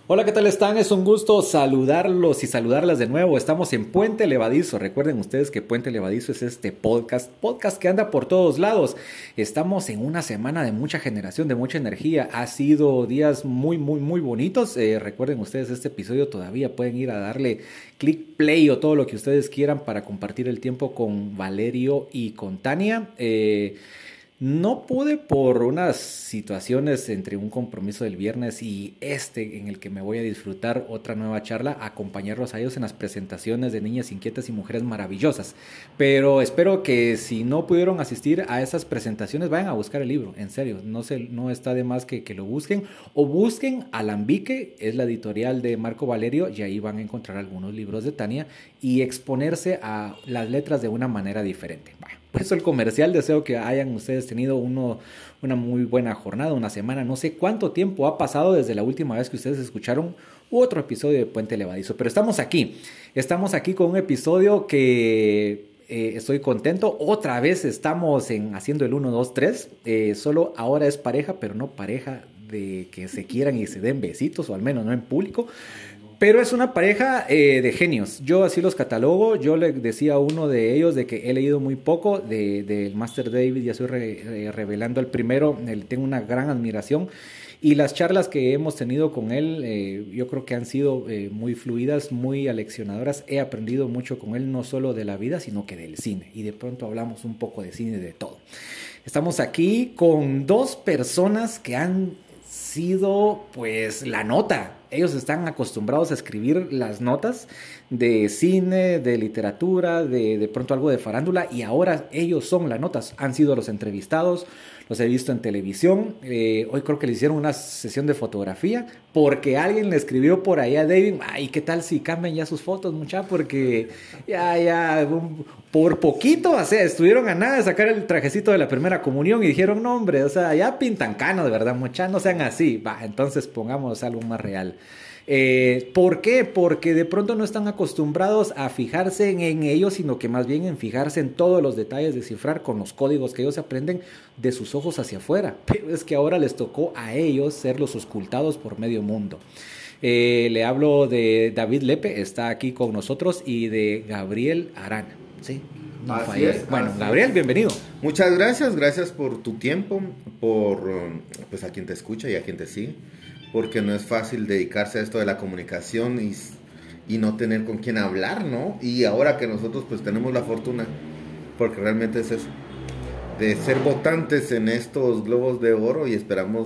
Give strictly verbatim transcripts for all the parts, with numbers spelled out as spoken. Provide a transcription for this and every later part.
Hola, ¿qué tal están? Es un gusto saludarlos y saludarlas de nuevo. Estamos en Puente Levadizo. Recuerden ustedes que Puente Levadizo es este podcast, podcast que anda por todos lados. Estamos en una semana de mucha generación, de mucha energía. Ha sido días muy, muy, muy bonitos. Eh, recuerden ustedes este episodio todavía pueden ir a darle click play o todo lo que ustedes quieran para compartir el tiempo con Valerio y con Tania. Eh... No pude por unas situaciones entre un compromiso del viernes y este en el que me voy a disfrutar otra nueva charla, acompañarlos a ellos en las presentaciones de Niñas Inquietas y Mujeres Maravillosas. Pero espero que si no pudieron asistir a esas presentaciones, vayan a buscar el libro, en serio, no, se, no está de más que, que lo busquen. O busquen Alambique, es la editorial de Marco Valerio, y ahí van a encontrar algunos libros de Tania y exponerse a las letras de una manera diferente. Bueno, por eso el comercial, deseo que hayan ustedes tenido uno, una muy buena jornada, una semana, no sé cuánto tiempo ha pasado desde la última vez que ustedes escucharon otro episodio de Puente Levadizo, pero estamos aquí, estamos aquí con un episodio que eh, estoy contento, otra vez estamos en haciendo el uno, dos, tres, eh, solo ahora es pareja, pero no pareja de que se quieran y se den besitos, o al menos no en público. Pero es una pareja eh, de genios. Yo así los catalogo. Yo le decía a uno de ellos de que he leído muy poco del de, de Master David. Ya estoy re, eh, revelando el primero. Él, tengo una gran admiración. Y las charlas que hemos tenido con él, eh, yo creo que han sido eh, muy fluidas, muy aleccionadoras. He aprendido mucho con él, no solo de la vida, sino que del cine. Y de pronto hablamos un poco de cine y de todo. Estamos aquí con dos personas que han sido, pues, la nota. Ellos están acostumbrados a escribir las notas de cine, de literatura, de, de pronto algo de farándula, y ahora ellos son las notas. Han sido los entrevistados, los he visto en televisión. Eh, hoy creo que le hicieron una sesión de fotografía porque alguien le escribió por ahí a David, ay, ¿qué tal si cambian ya sus fotos, mucha? Porque ya, ya, un, por poquito, o sea, estuvieron a nada de sacar el trajecito de la primera comunión y dijeron, no, hombre, o sea, ya pintan cano, de verdad, mucha, no sean así. Va, entonces pongamos algo más real. Eh, ¿Por qué? Porque de pronto no están acostumbrados a fijarse en, en ellos, sino que más bien en fijarse en todos los detalles, descifrar con los códigos que ellos aprenden de sus ojos hacia afuera. Pero es que ahora les tocó a ellos ser los auscultados por medio mundo. Eh, le hablo de David Lepe, está aquí con nosotros, y de Gabriel Arana. Sí, no así es, bueno, así Gabriel, es. Bienvenido. Muchas gracias, gracias por tu tiempo, por pues a quien te escucha y a quien te sigue, porque no es fácil dedicarse a esto de la comunicación y, y no tener con quién hablar, ¿no? Y ahora que nosotros pues tenemos la fortuna, porque realmente es eso, de ser votantes en estos Globos de Oro, y esperamos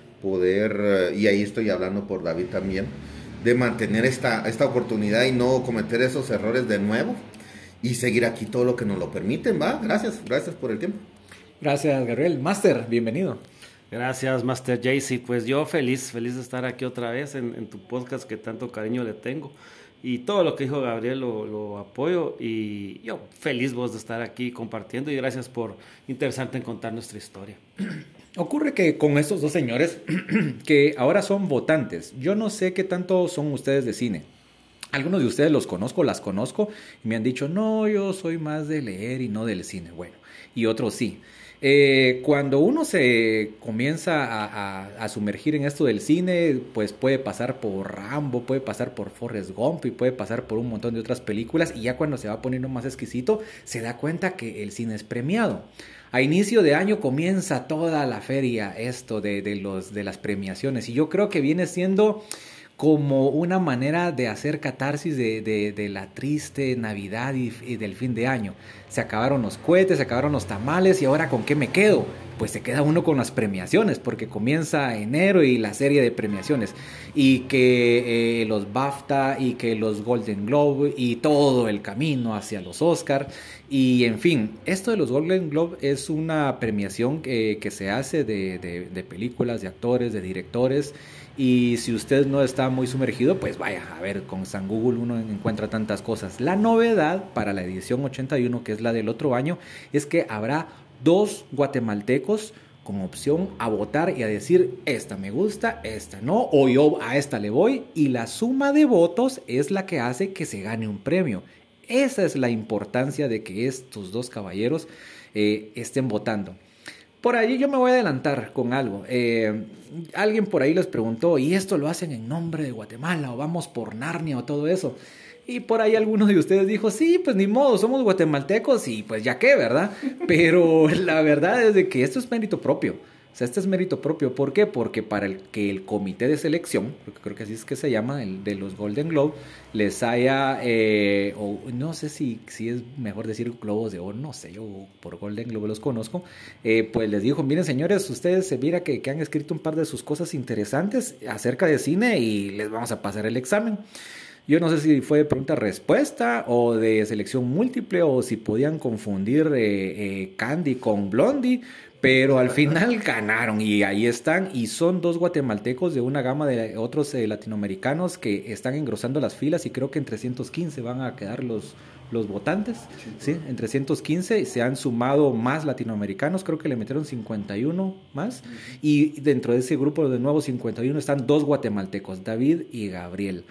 poder, y ahí estoy hablando por David también, de mantener esta, esta oportunidad y no cometer esos errores de nuevo y seguir aquí todo lo que nos lo permiten, ¿va? Gracias, gracias por el tiempo. Gracias, Gabriel. Master, bienvenido. Gracias, Master Jaycee. Pues yo feliz, feliz de estar aquí otra vez en, en tu podcast que tanto cariño le tengo. Y todo lo que dijo Gabriel lo, lo apoyo. Y yo feliz vos de estar aquí compartiendo. Y gracias por interesarte en contar nuestra historia. Ocurre que con estos dos señores que ahora son votantes, yo no sé qué tanto son ustedes de cine. Algunos de ustedes los conozco, las conozco, y me han dicho, no, yo soy más de leer y no del cine. Bueno, y otros sí. Eh, cuando uno se comienza a, a, a sumergir en esto del cine, pues puede pasar por Rambo, puede pasar por Forrest Gump y puede pasar por un montón de otras películas, y ya cuando se va poniendo más exquisito se da cuenta que el cine es premiado. A inicio de año comienza toda la feria esto de, de, los, de las premiaciones, y yo creo que viene siendo como una manera de hacer catarsis de, de, de la triste Navidad y, y del fin de año. Se acabaron los cohetes, se acabaron los tamales, y ahora ¿con qué me quedo? Pues se queda uno con las premiaciones, porque comienza enero y la serie de premiaciones, y que eh, los BAFTA y que los Golden Globe y todo el camino hacia los Oscar. Y en fin, esto de los Golden Globe es una premiación que, que se hace de, de, de películas, de actores, de directores. Y si usted no está muy sumergido, pues vaya, a ver, con San Google uno encuentra tantas cosas. La novedad para la edición ochenta y uno, que es la del otro año, es que habrá dos guatemaltecos con opción a votar y a decir, esta me gusta, esta no, o yo a esta le voy, y la suma de votos es la que hace que se gane un premio. Esa es la importancia de que estos dos caballeros eh, estén votando. por ahí yo me voy a adelantar con algo. Eh, alguien por ahí les preguntó, ¿y esto lo hacen en nombre de Guatemala o vamos por Narnia o todo eso? Y por ahí algunos de ustedes dijo, sí, pues ni modo, somos guatemaltecos y pues ya qué, ¿verdad? Pero la verdad es de que esto es mérito propio. O sea, este es mérito propio. ¿Por qué? Porque para el que el comité de selección, porque creo que así es que se llama, el de los Golden Globe, les haya, eh, o no sé si, si es mejor decir Globos de Oro, no sé, yo por Golden Globe los conozco, eh, pues les dijo, miren señores, ustedes se mira que, que han escrito un par de sus cosas interesantes acerca de cine y les vamos a pasar el examen. Yo no sé si fue de pregunta-respuesta o de selección múltiple o si podían confundir eh, eh, Candy con Blondie, pero al final ganaron y ahí están. Y son dos guatemaltecos de una gama de otros eh, latinoamericanos que están engrosando las filas y creo que en trescientos quince van a quedar los, los votantes. ¿Sí? En trescientos quince se han sumado más latinoamericanos, creo que le metieron cincuenta y uno más. Y dentro de ese grupo de nuevos cincuenta y uno están dos guatemaltecos, David y Gabriel.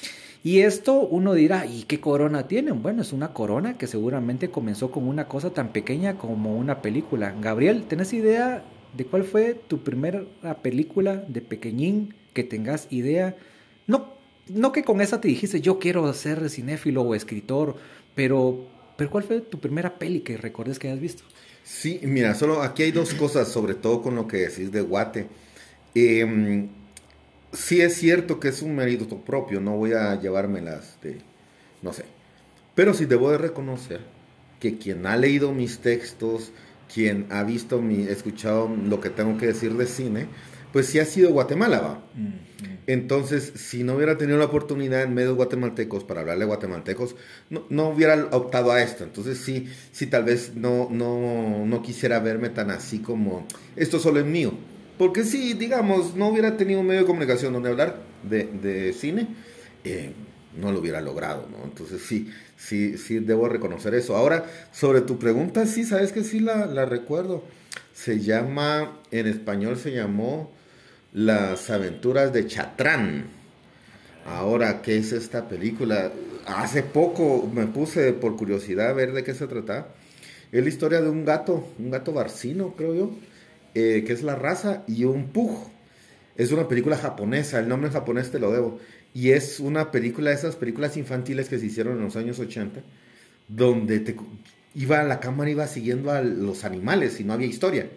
Y esto uno dirá, ¿y qué corona tienen? Bueno, es una corona que seguramente comenzó con una cosa tan pequeña como una película. Gabriel, ¿tenés idea de cuál fue tu primera película de pequeñín que tengas idea? No, no que con esa te dijiste, yo quiero ser cinéfilo o escritor, pero, pero ¿cuál fue tu primera peli que recuerdes que hayas visto? Sí, mira, solo aquí hay dos cosas, sobre todo con lo que decís de Guate. Eh... Sí es cierto que es un mérito propio, no voy a llevármelas de, no sé, pero sí debo de reconocer que quien ha leído mis textos, quien ha visto, mi, escuchado lo que tengo que decir de cine, pues sí ha sido Guatemala, ¿va? Mm-hmm. Entonces, si no hubiera tenido la oportunidad en medios guatemaltecos para hablarle a guatemaltecos, no, no hubiera optado a esto. Entonces sí, sí tal vez no, no, no quisiera verme tan así como, esto solo es mío. Porque si, digamos, no hubiera tenido un medio de comunicación donde hablar de, de cine, eh, no lo hubiera logrado, ¿no? Entonces sí, sí, sí debo reconocer eso. Ahora, sobre tu pregunta, sí, sabes que sí la, la recuerdo. Se llama, en español se llamó Las Aventuras de Chatrán. Ahora, ¿qué es esta película? Hace poco me puse por curiosidad a ver de qué se trata. Es la historia de un gato, un gato barcino, creo yo. Eh, que es La Raza, y un pug. Es una película japonesa, el nombre en japonés te lo debo. Y es una película de esas películas infantiles que se hicieron en los años ochenta, donde te, iba la cámara iba siguiendo a los animales y no había historia.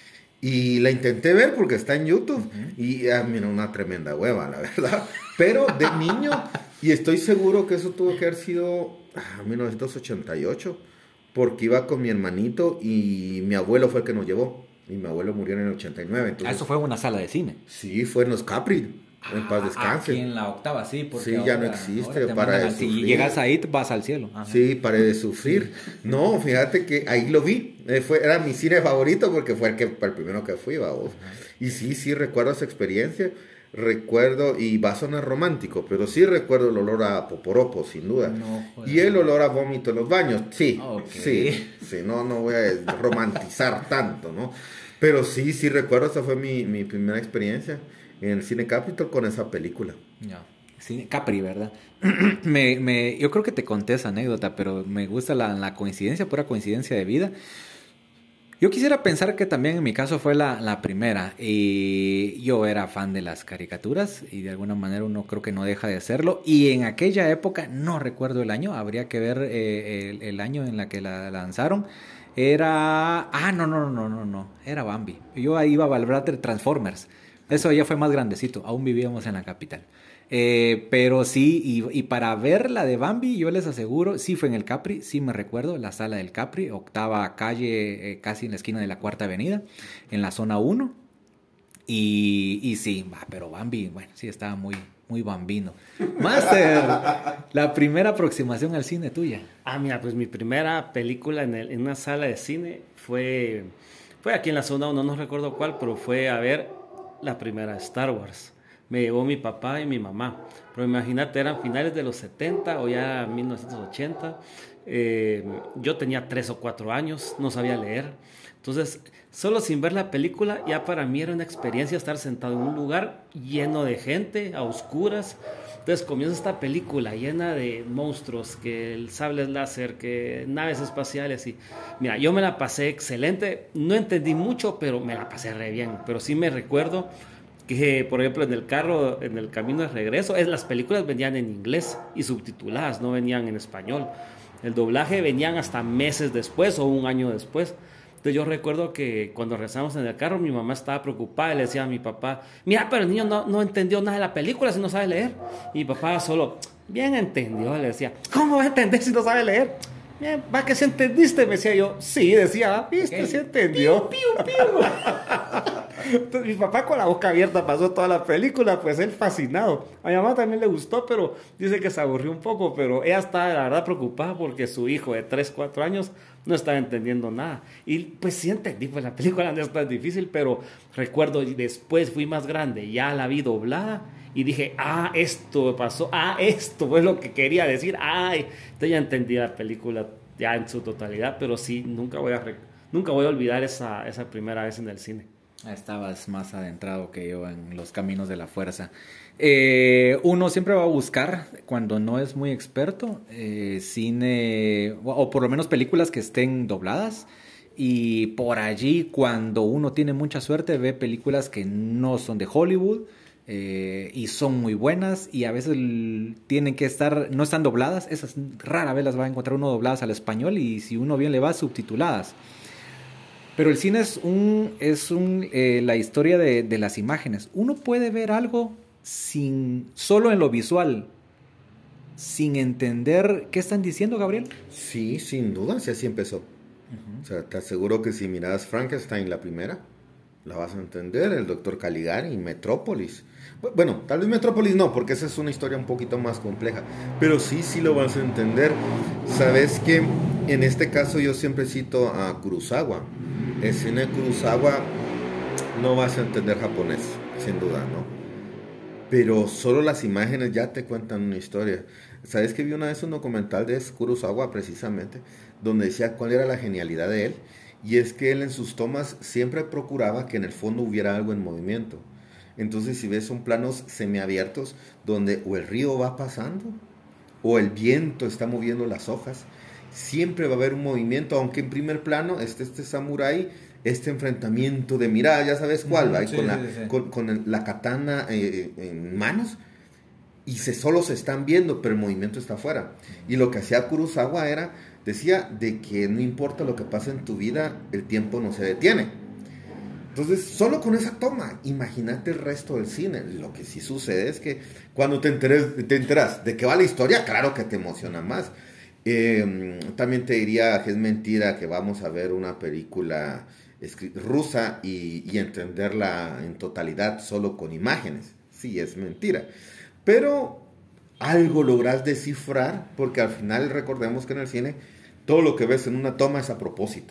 Y la intenté ver porque está en YouTube. Uh-huh. Y ah, mira, una tremenda hueva, la verdad. Pero de niño, y estoy seguro que eso tuvo que haber sido ah, mil novecientos ochenta y ocho, porque iba con mi hermanito y mi abuelo fue el que nos llevó. Y mi abuelo murió en el ochenta y nueve. Entonces, ah, eso fue en una sala de cine. Sí, fue en los Capri. Ah, en paz descanse. Aquí en la octava, sí. Porque sí, ahora, ya no existe. Para de si llegas ahí, vas al cielo. Ajá. Sí, para de sufrir. No, fíjate que ahí lo vi. Eh, fue, era mi cine favorito porque fue el, que, el primero que fui, vamos. Y sí, sí, recuerdo esa experiencia. Recuerdo, y va a sonar romántico, pero sí recuerdo el olor a poporopo, sin duda. No, y el olor a vómito en los baños. Sí, okay. sí. Sí, no, no voy a romantizar tanto, ¿no? Pero sí, sí recuerdo, esa fue mi, mi primera experiencia en el Cine Capitol con esa película. Ya. Cine Capri, ¿verdad? me, me, yo creo que te conté esa anécdota, pero me gusta la, la coincidencia, pura coincidencia de vida. Yo quisiera pensar que también en mi caso fue la, la primera. Y yo era fan de las caricaturas y de alguna manera uno creo que no deja de serlo. Y en aquella época, no recuerdo el año, habría que ver eh, el, el año en la que la lanzaron. Era... Ah, no, no, no, no, no. Era Bambi. Yo ahí iba a Valbrate Transformers. Eso ya fue más grandecito. Aún vivíamos en la capital. Eh, pero sí, y, y para ver la de Bambi, yo les aseguro, sí fue en el Capri, sí me recuerdo, la sala del Capri, octava calle, eh, casi en la esquina de la Cuarta Avenida, en la zona uno. Y, y sí, bah, pero Bambi, bueno, sí estaba muy... Muy bambino. Master, la primera aproximación al cine tuya. Ah, mira, pues mi primera película en, el, en una sala de cine fue, fue aquí en la zona uno, no recuerdo cuál, pero fue a ver la primera Star Wars. Me llevó mi papá y mi mamá. Pero imagínate, eran finales de los setenta o ya mil novecientos ochenta. Eh, yo tenía tres o cuatro años, no sabía leer. Entonces, solo sin ver la película, ya para mí era una experiencia estar sentado en un lugar lleno de gente, a oscuras, Entonces comienza esta película llena de monstruos, que el sable láser, que naves espaciales y mira, yo me la pasé excelente, no entendí mucho, pero me la pasé re bien, pero sí me recuerdo que, por ejemplo, en el carro, en el camino de regreso, es, las películas venían en inglés y subtituladas, no venían en español. El doblaje venían hasta meses después o un año después. Entonces yo recuerdo que cuando regresamos en el carro, mi mamá estaba preocupada y le decía a mi papá, mira, pero el niño no, no entendió nada de la película si no sabe leer. Y mi papá solo, bien entendió, le decía, ¿cómo va a entender si no sabe leer? Bien, va que sí entendiste, me decía yo. Sí, decía, viste, okay. Sí entendió. Piu, piu, piu. Entonces, mi papá con la boca abierta pasó toda la película, pues él fascinado. A mi mamá también le gustó, pero dice que se aburrió un poco, pero ella estaba la verdad preocupada porque su hijo de tres, cuatro años no estaba entendiendo nada. Y pues sí entendí, pues la película no es tan difícil, pero recuerdo y después fui más grande, ya la vi doblada y dije, ah, esto pasó, ah, esto fue lo que quería decir, ay, entonces ya entendí la película ya en su totalidad, pero sí, nunca voy a, nunca voy a olvidar esa, esa primera vez en el cine. Estabas más adentrado que yo en los caminos de la fuerza. Eh, uno siempre va a buscar, cuando no es muy experto, eh, cine, o por lo menos películas que estén dobladas. Y por allí, cuando uno tiene mucha suerte, ve películas que no son de Hollywood eh, y son muy buenas. Y a veces tienen que estar, no están dobladas. Esas rara vez las va a encontrar uno dobladas al español. Y si uno bien le va, subtituladas. Pero el cine es un es un eh, la historia de, de las imágenes. Uno puede ver algo sin solo en lo visual, sin entender qué están diciendo, Gabriel. Sí, sin duda, sí, así empezó. Uh-huh. O sea, te aseguro que si miras Frankenstein la primera, la vas a entender. El doctor Caligari, Metrópolis. Bueno, tal vez Metrópolis no, porque esa es una historia un poquito más compleja. Pero sí, sí lo vas a entender. Sabes que en este caso yo siempre cito a Kurosawa. El cine de Kurosawa no vas a entender japonés, sin duda, ¿no? Pero solo las imágenes ya te cuentan una historia. ¿Sabes que vi una vez un documental de Kurosawa precisamente, donde decía cuál era la genialidad de él? Y es que él en sus tomas siempre procuraba que en el fondo hubiera algo en movimiento. Entonces si ves son planos semiabiertos donde o el río va pasando o el viento está moviendo las hojas, siempre va a haber un movimiento, aunque en primer plano esté este samurái, este enfrentamiento de mirada, ya sabes cuál, ¿va? Sí, con, sí, la, sí. Con, con el, la katana eh, en manos, y se, solo se están viendo, pero el movimiento está afuera. Y lo que hacía Kurosawa era, decía, de que no importa lo que pase en tu vida, el tiempo no se detiene. Entonces, solo con esa toma, imagínate el resto del cine. Lo que sí sucede es que cuando te enteres, te enteras de qué va la historia, claro que te emociona más. Eh, también te diría que es mentira que vamos a ver una película rusa y, y entenderla en totalidad solo con imágenes. Sí, es mentira. Pero algo logras descifrar, porque al final recordemos que en el cine todo lo que ves en una toma es a propósito.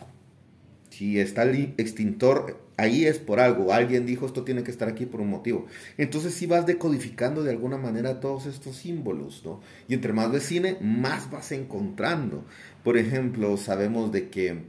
Si está el extintor, ahí es por algo. Alguien dijo esto tiene que estar aquí por un motivo. Entonces sí vas decodificando de alguna manera todos estos símbolos, ¿no? Y entre más ves cine, más vas encontrando. Por ejemplo, sabemos de que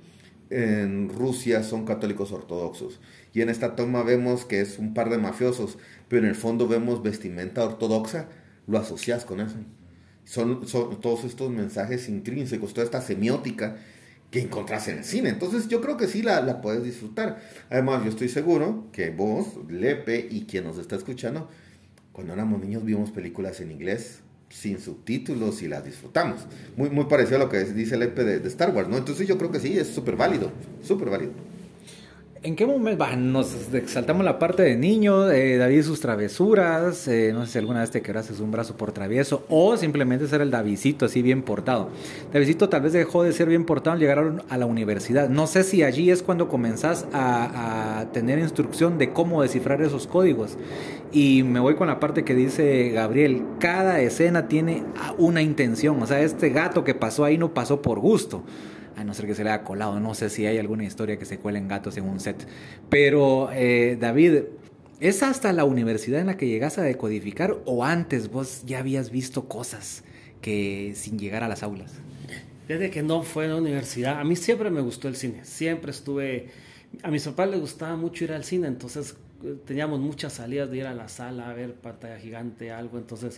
en Rusia son católicos ortodoxos. Y en esta toma vemos que es un par de mafiosos, pero en el fondo vemos vestimenta ortodoxa, lo asocias con eso. Son, son todos estos mensajes intrínsecos, toda esta semiótica que encontrás en el cine. Entonces yo creo que sí la, la puedes disfrutar. Además yo estoy seguro que vos, Lepe, y quien nos está escuchando, cuando éramos niños vimos películas en inglés sin subtítulos y las disfrutamos. Muy, muy parecido a lo que dice Lepe de, de Star Wars, ¿no? Entonces yo creo que sí, es súper válido, súper válido. ¿En qué momento? Bah, nos saltamos la parte de niño, eh, David sus travesuras, eh, no sé si alguna vez te quebraste un brazo por travieso o simplemente ser el Davidcito así bien portado. Davidcito tal vez dejó de ser bien portado al llegar a la universidad. No sé si allí es cuando comenzás a, a tener instrucción de cómo descifrar esos códigos. Y me voy con la parte que dice Gabriel, cada escena tiene una intención, o sea, este gato que pasó ahí no pasó por gusto. A no ser que se le haya colado, no sé si hay alguna historia que se cuelen gatos en un set. Pero, eh, David, ¿es hasta la universidad en la que llegas a decodificar o antes vos ya habías visto cosas que sin llegar a las aulas? Desde que no fue en la universidad, a mí siempre me gustó el cine, siempre estuve... A mis papás les gustaba mucho ir al cine, entonces teníamos muchas salidas de ir a la sala a ver pantalla gigante, algo, entonces...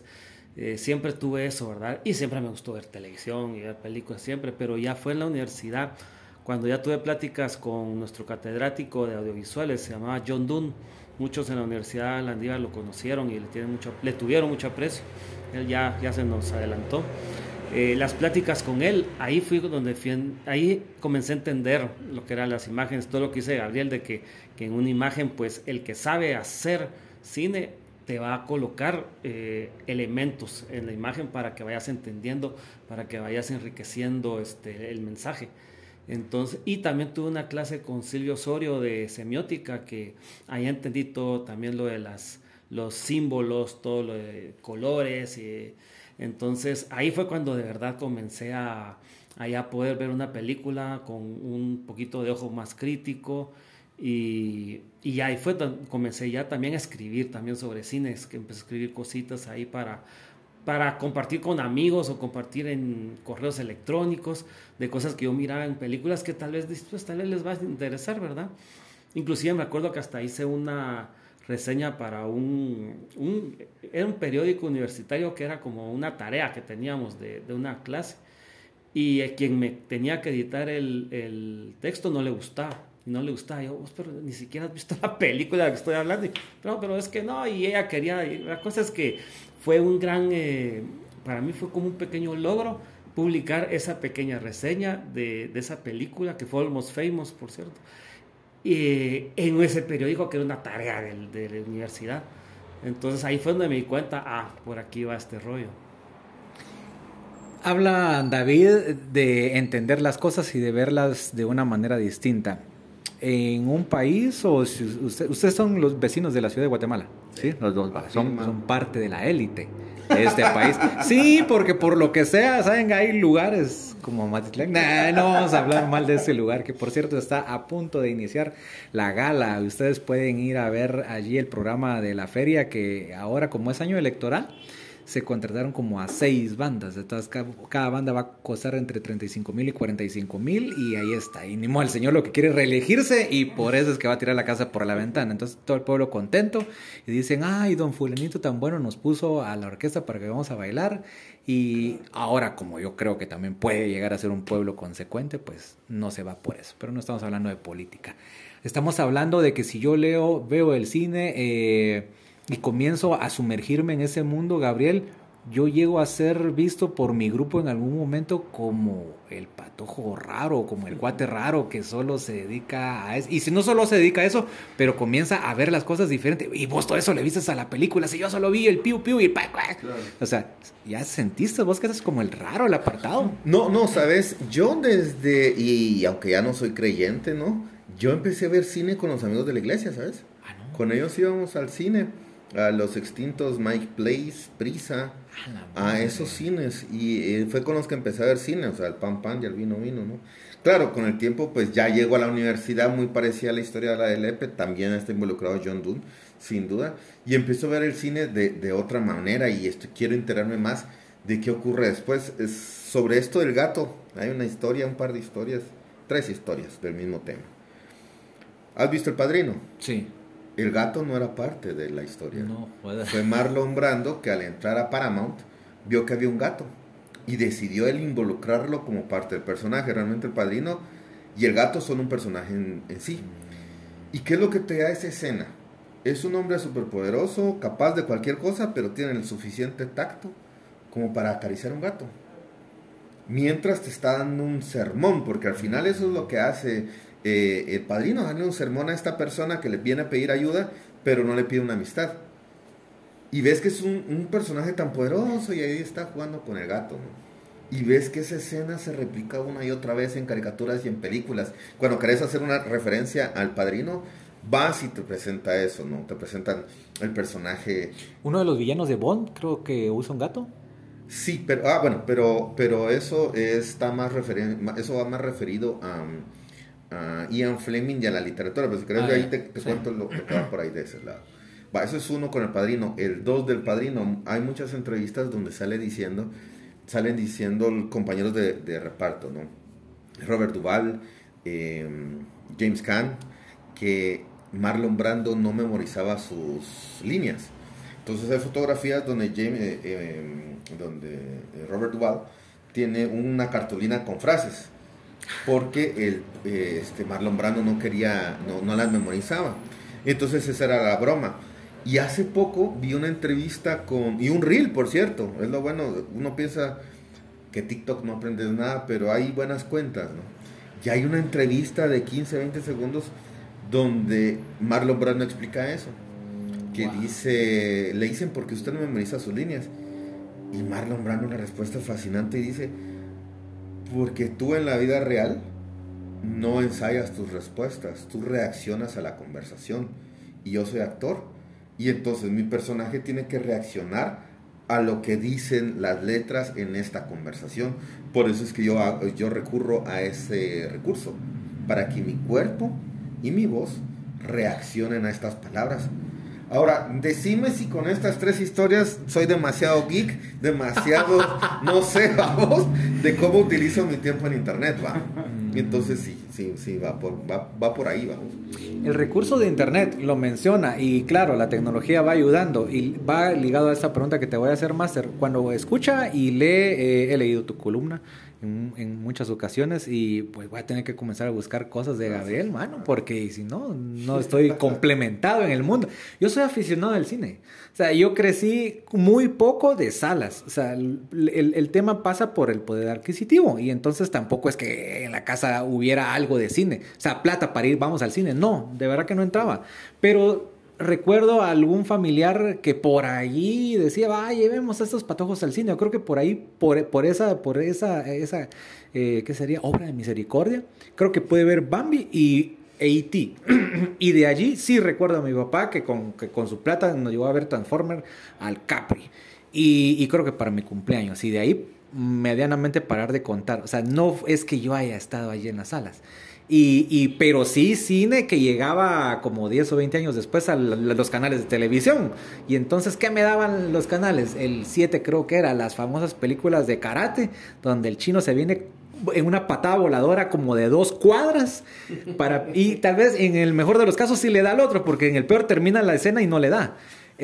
Eh, siempre tuve eso, ¿verdad? Y siempre me gustó ver televisión y ver películas, siempre, pero ya fue en la universidad, cuando ya tuve pláticas con nuestro catedrático de audiovisuales, se llamaba John Dunn. Muchos en la Universidad de Landívar lo conocieron y le, tienen mucho, le tuvieron mucho aprecio. Él ya, ya se nos adelantó. Eh, las pláticas con él, ahí fui donde fui, ahí comencé a entender lo que eran las imágenes, todo lo que dice Gabriel, de que, que en una imagen, pues el que sabe hacer cine te va a colocar eh, elementos en la imagen para que vayas entendiendo, para que vayas enriqueciendo este, el mensaje. Entonces, y también tuve una clase con Silvio Osorio de semiótica, que ahí entendí todo, también lo de las, los símbolos, todo lo de colores. Y, entonces, ahí fue cuando de verdad comencé a, a ya poder ver una película con un poquito de ojo más crítico. Y, y ahí fue, comencé ya también a escribir también sobre cines, que empecé a escribir cositas ahí para, para compartir con amigos o compartir en correos electrónicos de cosas que yo miraba en películas que tal vez, pues, tal vez les va a interesar, ¿verdad? Inclusive me acuerdo que hasta hice una reseña para un, un era un periódico universitario que era como una tarea que teníamos de, de una clase, y a quien me tenía que editar el, el texto no le gustaba. Y no le gustaba, yo, pero ni siquiera has visto la película de la que estoy hablando. Y, no, pero es que no, y ella quería, y la cosa es que fue un gran, eh, para mí fue como un pequeño logro publicar esa pequeña reseña de, de esa película, que fue Almost Famous, por cierto, y, en ese periódico que era una tarea de, de la universidad. Entonces ahí fue donde me di cuenta, ah, por aquí va este rollo. Habla David de entender las cosas y de verlas de una manera distinta. ¿En un país o si usted, ustedes son los vecinos de la ciudad de Guatemala? Sí, los dos son, son parte de la élite de este país. Sí, porque por lo que sea, saben, hay lugares como Matitlán. Nah, no vamos a hablar mal de ese lugar, que por cierto está a punto de iniciar la gala. Ustedes pueden ir a ver allí el programa de la feria, que ahora, como es año electoral, se contrataron como a seis bandas. Entonces cada, cada banda va a costar entre treinta y cinco mil y cuarenta y cinco mil, y ahí está. Y ni modo, el señor lo que quiere es reelegirse, y por eso es que va a tirar la casa por la ventana. Entonces todo el pueblo contento, y dicen, ay, don fulanito tan bueno nos puso a la orquesta para que vamos a bailar. Y ahora, como yo creo que también puede llegar a ser un pueblo consecuente, pues no se va por eso. Pero no estamos hablando de política. Estamos hablando de que si yo leo, veo el cine, eh, y comienzo a sumergirme en ese mundo, Gabriel, yo llego a ser visto por mi grupo en algún momento como el patojo raro, como el cuate raro que solo se dedica a eso. Y si no solo se dedica a eso, pero comienza a ver las cosas diferentes. Y vos todo eso le vistes a la película. Si yo solo vi el piu piu y el pa, pa. Claro. O sea, ¿ya sentiste vos que eres como el raro, el apartado? No, no, sabes, yo desde, y aunque ya no soy creyente, ¿no? Yo empecé a ver cine con los amigos de la iglesia, ¿sabes? Ah, ¿no? Con ellos íbamos al cine, a los extintos Mike Place, Prisa, a, a esos cines, y eh, fue con los que empecé a ver cine, o sea, el pan pan y el vino vino, ¿no? Claro, con el tiempo pues ya llego a la universidad, muy parecida a la historia de la del E P E, también está involucrado John Dunn, sin duda, y empiezo a ver el cine de, de otra manera, y esto, quiero enterarme más de qué ocurre después. Es sobre esto del gato, hay una historia, un par de historias, tres historias del mismo tema. ¿Has visto El Padrino? Sí. El gato no era parte de la historia. No, puede. Fue Marlon Brando que al entrar a Paramount vio que había un gato y decidió él involucrarlo como parte del personaje. Realmente El Padrino y el gato son un personaje en, en sí. ¿Y qué es lo que te da esa escena? Es un hombre superpoderoso, capaz de cualquier cosa, pero tiene el suficiente tacto como para acariciar a un gato. Mientras te está dando un sermón, porque al final eso es lo que hace... Eh, el padrino, darle un sermón a esta persona que le viene a pedir ayuda, pero no le pide una amistad. Y ves que es un, un personaje tan poderoso y ahí está jugando con el gato, ¿no? Y ves que esa escena se replica una y otra vez en caricaturas y en películas. Cuando querés hacer una referencia al padrino, vas y te presenta eso, ¿no? Te presentan el personaje. Uno de los villanos de Bond creo que usa un gato. Sí, pero ah bueno, pero pero eso está más referen- eso va más referido a Uh, Ian Fleming y a la literatura, pero si querés ah, yo ahí te, te sí. cuento lo que va por ahí de ese lado. Va, eso es uno con El Padrino. El dos del Padrino, hay muchas entrevistas donde sale diciendo, salen diciendo compañeros de, de reparto, ¿no? Robert Duvall, eh, James Caan, que Marlon Brando no memorizaba sus líneas. Entonces hay fotografías donde, James, eh, eh, donde Robert Duvall tiene una cartulina con frases, porque el, eh, este Marlon Brando no quería, no, no las memorizaba. Entonces esa era la broma. Y hace poco vi una entrevista con, y un reel, por cierto, es lo bueno, uno piensa que TikTok no aprendes nada, pero hay buenas cuentas, ¿no? Y hay una entrevista de quince, veinte segundos donde Marlon Brando explica eso, que wow. dice, le dicen, ¿por qué usted no memoriza sus líneas? Y Marlon Brando, una respuesta fascinante, y dice, porque tú en la vida real no ensayas tus respuestas, tú reaccionas a la conversación, y yo soy actor, y entonces mi personaje tiene que reaccionar a lo que dicen las letras en esta conversación. Por eso es que yo, yo recurro a ese recurso, para que mi cuerpo y mi voz reaccionen a estas palabras. Ahora, decime si con estas tres historias soy demasiado geek, demasiado, no sé, vamos, de cómo utilizo mi tiempo en internet, va. Entonces sí, sí, sí, va por, va, va por ahí, vamos. El recurso de internet lo menciona y claro, la tecnología va ayudando y va ligado a esta pregunta que te voy a hacer, Master. Cuando escucha y lee, eh, he leído tu columna en, en muchas ocasiones y pues voy a tener que comenzar a buscar cosas de Gabriel, mano, porque si no, no estoy complementado en el mundo. Yo soy aficionado al cine. O sea, yo crecí muy poco de salas. O sea, el, el, el tema pasa por el poder adquisitivo y entonces tampoco es que en la casa hubiera algo de cine. O sea, plata para ir, vamos al cine. No, de verdad que no entraba. Pero recuerdo a algún familiar que por allí decía, va, llevemos a estos patojos al cine. Yo creo que por ahí, por, por esa, por esa, esa eh, ¿qué sería? Obra de misericordia. Creo que puede ver Bambi y E T Y de allí sí recuerdo a mi papá que con, que con su plata nos llevó a ver Transformer al Capri. Y, y creo que para mi cumpleaños. Y de ahí medianamente parar de contar. O sea, no es que yo haya estado allí en las salas. Y, y, pero sí cine que llegaba como diez o veinte años después a los canales de televisión. Y entonces, ¿qué me daban los canales? El siete creo que era, las famosas películas de karate, donde el chino se viene en una patada voladora como de dos cuadras para, y tal vez en el mejor de los casos sí le da al otro, porque en el peor termina la escena y no le da.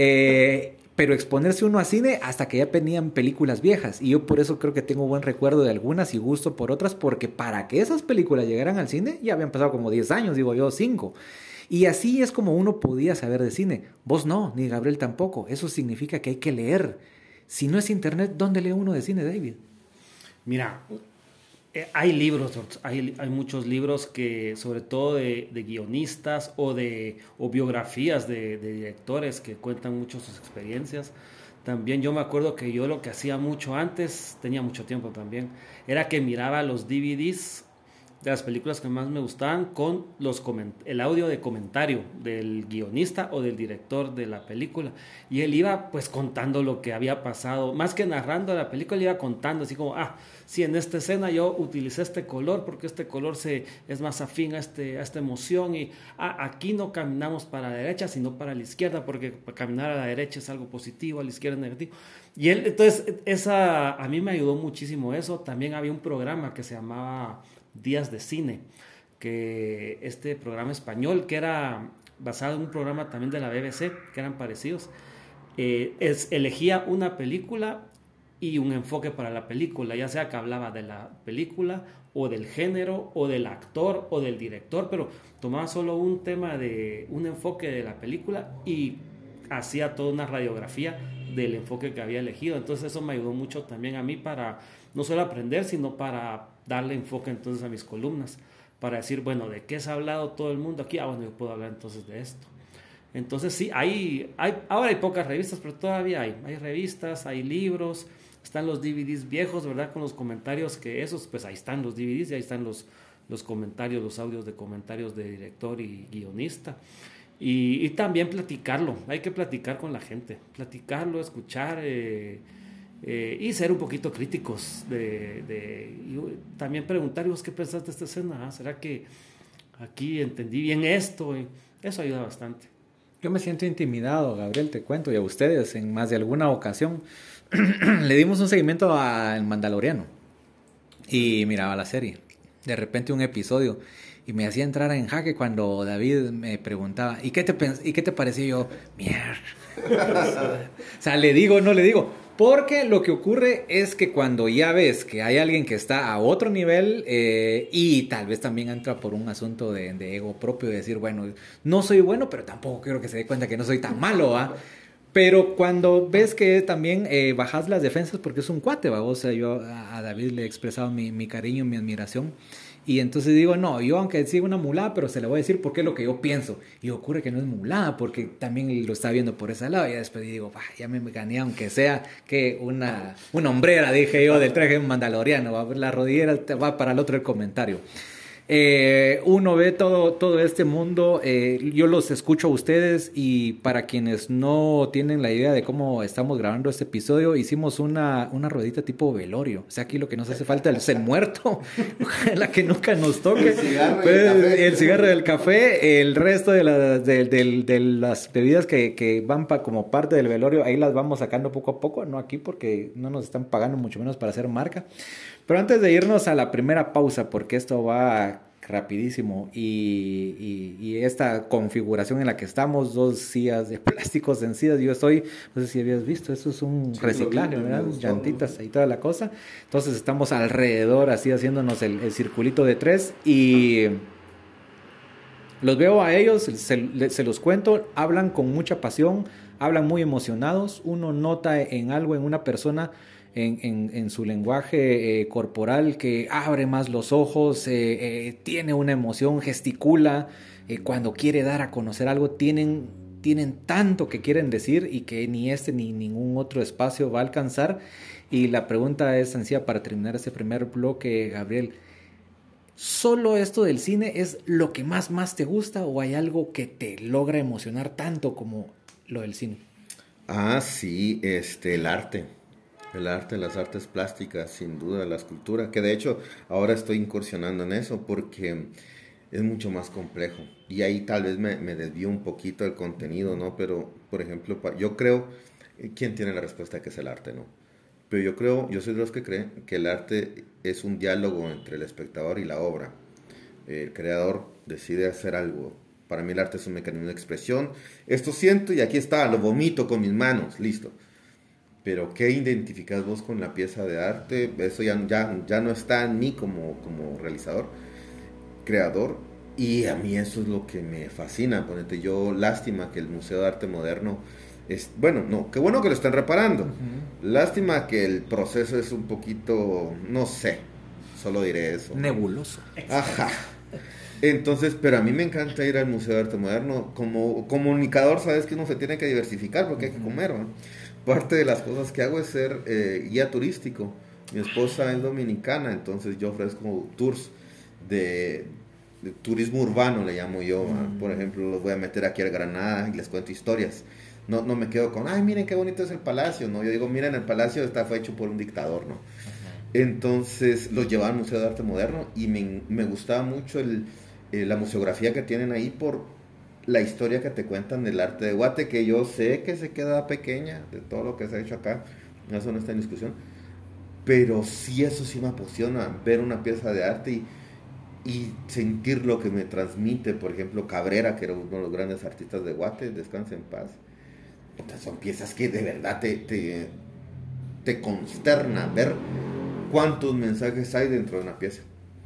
Eh... Pero exponerse uno a cine hasta que ya venían películas viejas. Y yo por eso creo que tengo buen recuerdo de algunas y gusto por otras, porque para que esas películas llegaran al cine ya habían pasado como diez años, digo yo, cinco. Y así es como uno podía saber de cine. Vos no, ni Gabriel tampoco. Eso significa que hay que leer. Si no es internet, ¿dónde lee uno de cine, David? Mira, eh, hay libros, hay, hay muchos libros que, sobre todo de, de guionistas o de o biografías de, de directores que cuentan mucho sus experiencias. También yo me acuerdo que yo lo que hacía mucho antes, tenía mucho tiempo también, era que miraba los D V Ds de las películas que más me gustaban con los coment- el audio de comentario del guionista o del director de la película, y él iba pues contando lo que había pasado, más que narrando la película, iba contando así como, ah, sí, en esta escena yo utilicé este color porque este color se, es más afín a, este, a esta emoción, y ah, aquí no caminamos para la derecha sino para la izquierda porque caminar a la derecha es algo positivo, a la izquierda es negativo. Y él, entonces, esa, a mí me ayudó muchísimo eso. También había un programa que se llamaba Días de Cine, que este programa español, que era basado en un programa también de la B B C, que eran parecidos, eh, es, elegía una película y un enfoque para la película, ya sea que hablaba de la película o del género o del actor o del director, pero tomaba solo un tema de un enfoque de la película y hacía toda una radiografía del enfoque que había elegido. Entonces eso me ayudó mucho también a mí para no solo aprender, sino para darle enfoque entonces a mis columnas, para decir, bueno, ¿de qué se ha hablado todo el mundo aquí? Ah, bueno, yo puedo hablar entonces de esto. Entonces sí, hay, hay, ahora hay pocas revistas, pero todavía hay, hay revistas, hay libros, están los D V Ds viejos, ¿verdad? Con los comentarios que esos, pues ahí están los D V Ds y ahí están los, los comentarios, los audios de comentarios de director y guionista. Y, y también platicarlo, hay que platicar con la gente, platicarlo, escuchar eh, eh, y ser un poquito críticos. De, de, y también preguntar, ¿vos qué pensaste de esta escena? ¿Ah? ¿Será que aquí entendí bien esto? Y eso ayuda bastante. Yo me siento intimidado, Gabriel, te cuento, y a ustedes en más de alguna ocasión le dimos un seguimiento al Mandaloriano y miraba la serie, de repente un episodio, y me hacía entrar en jaque cuando David me preguntaba, ¿y qué te, pens- ¿y qué te pareció? Y yo, mierda. O sea, le digo, no le digo. Porque lo que ocurre es que cuando ya ves que hay alguien que está a otro nivel eh, y tal vez también entra por un asunto de, de ego propio, de decir, bueno, no soy bueno, pero tampoco quiero que se dé cuenta que no soy tan malo, ¿va? Pero cuando ves que también eh, bajas las defensas porque es un cuate, ¿va? O sea, yo a, a David le he expresado mi, mi cariño, mi admiración. Y entonces digo, no, yo aunque siga una mulada, pero se la voy a decir porque es lo que yo pienso. Y ocurre que no es mulada, porque también lo está viendo por ese lado. Y después digo, bah, ya me gané, aunque sea que una, una hombrera, dije yo, del traje mandaloriano. ¿Va? La rodillera va para el otro el comentario. Eh, uno ve todo, todo este mundo, eh, yo los escucho a ustedes y para quienes no tienen la idea de cómo estamos grabando este episodio, hicimos una, una ruedita tipo velorio. O sea, aquí lo que nos hace falta es el muerto, la que nunca nos toque. El cigarro, pues, y el café. el cigarro del café, el resto de, la, de, de, de las bebidas que, que van pa, como parte del velorio, ahí las vamos sacando poco a poco, no aquí porque no nos están pagando mucho menos para hacer marca. Pero antes de irnos a la primera pausa, porque esto va rapidísimo y, y, y esta configuración en la que estamos, dos sillas de plástico sencillas, yo estoy, no sé si habías visto, eso es un sí, reciclaje, vi, ¿verdad? Gustó, llantitas y toda la cosa. Entonces estamos alrededor así haciéndonos el, el circulito de tres y los veo a ellos, se, se los cuento, hablan con mucha pasión, hablan muy emocionados, uno nota en algo, en una persona, En, en, en su lenguaje eh, corporal que abre más los ojos, eh, eh, tiene una emoción, gesticula, eh, cuando quiere dar a conocer algo, tienen, tienen tanto que quieren decir y que ni este ni ningún otro espacio va a alcanzar. Y la pregunta es sencilla para terminar este primer bloque, Gabriel. ¿Solo esto del cine es lo que más, más te gusta o hay algo que te logra emocionar tanto como lo del cine? Ah, sí, este, el arte. El arte, las artes plásticas, sin duda, la escultura, que de hecho ahora estoy incursionando en eso porque es mucho más complejo. Y ahí tal vez me, me desvío un poquito del contenido, ¿no? Pero, por ejemplo, yo creo, ¿quién tiene la respuesta que es el arte, no? Pero yo creo, yo soy de los que creen que el arte es un diálogo entre el espectador y la obra. El creador decide hacer algo. Para mí el arte es un mecanismo de expresión. Esto siento y aquí está, lo vomito con mis manos, listo. Pero ¿qué identificas vos con la pieza de arte? Eso ya, ya, ya no está en mí como, como realizador, creador, y a mí eso es lo que me fascina. Ponete, yo, lástima que el Museo de Arte Moderno, es, bueno, no, qué bueno que lo están reparando. Uh-huh. Lástima que el proceso es un poquito, no sé, solo diré eso. Nebuloso. Ajá. Entonces, pero a mí me encanta ir al Museo de Arte Moderno. Como comunicador, sabes que uno se tiene que diversificar porque uh-huh. hay que comer, ¿no? Parte de las cosas que hago es ser eh, guía turístico. Mi esposa es dominicana, entonces yo ofrezco tours de, de turismo urbano, le llamo yo. Mm. Por ejemplo, los voy a meter aquí a Granada y les cuento historias. No, no me quedo con, ay, miren qué bonito es el palacio, ¿no? Yo digo, miren, el palacio está fue hecho por un dictador, ¿no? Uh-huh. Entonces los llevaba al Museo de Arte Moderno y me, me gustaba mucho el, eh, la museografía que tienen ahí por la historia que te cuentan del arte de Guate, que yo sé que se queda pequeña de todo lo que se ha hecho acá, eso no está en discusión, pero sí, eso sí me apasiona, ver una pieza de arte y, y sentir lo que me transmite. Por ejemplo, Cabrera, que era uno de los grandes artistas de Guate, descansa en paz. Entonces, son piezas que de verdad te, te, te consterna ver cuántos mensajes hay dentro de una pieza.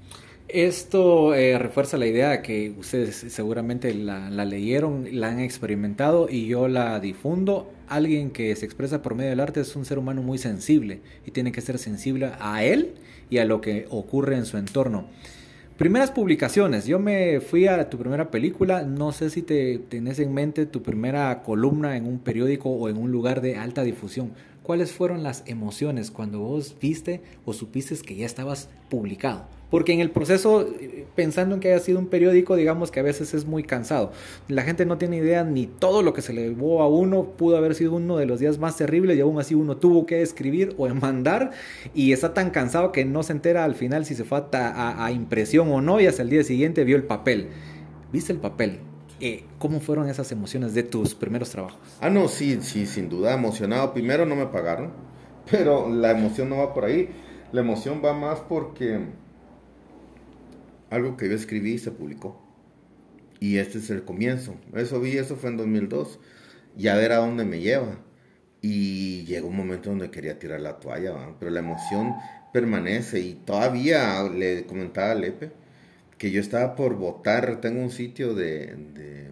Esto eh, refuerza la idea de que ustedes seguramente la, la leyeron, la han experimentado y yo la difundo. Alguien que se expresa por medio del arte es un ser humano muy sensible y tiene que ser sensible a él y a lo que ocurre en su entorno. Primeras publicaciones, yo me fui a tu primera película, no sé si te tenés en mente tu primera columna en un periódico o en un lugar de alta difusión. ¿Cuáles fueron las emociones cuando vos viste o supiste que ya estabas publicado? Porque en el proceso, pensando en que haya sido un periódico, digamos que a veces es muy cansado. La gente no tiene idea ni todo lo que se le llevó a uno. Pudo haber sido uno de los días más terribles y aún así uno tuvo que escribir o mandar y está tan cansado que no se entera al final si se fue a, a, a impresión o no y hasta el día siguiente vio el papel. ¿Viste el papel? Eh, ¿Cómo fueron esas emociones de tus primeros trabajos? Ah, no, sí, sí, sin duda, emocionado. Primero no me pagaron, pero la emoción no va por ahí. La emoción va más porque algo que yo escribí se publicó. Y este es el comienzo. Eso vi, eso fue en dos mil dos. Y a ver a dónde me lleva. Y llegó un momento donde quería tirar la toalla, ¿va? Pero la emoción permanece. Y todavía le comentaba a Lepe que yo estaba por votar. Tengo un sitio de, de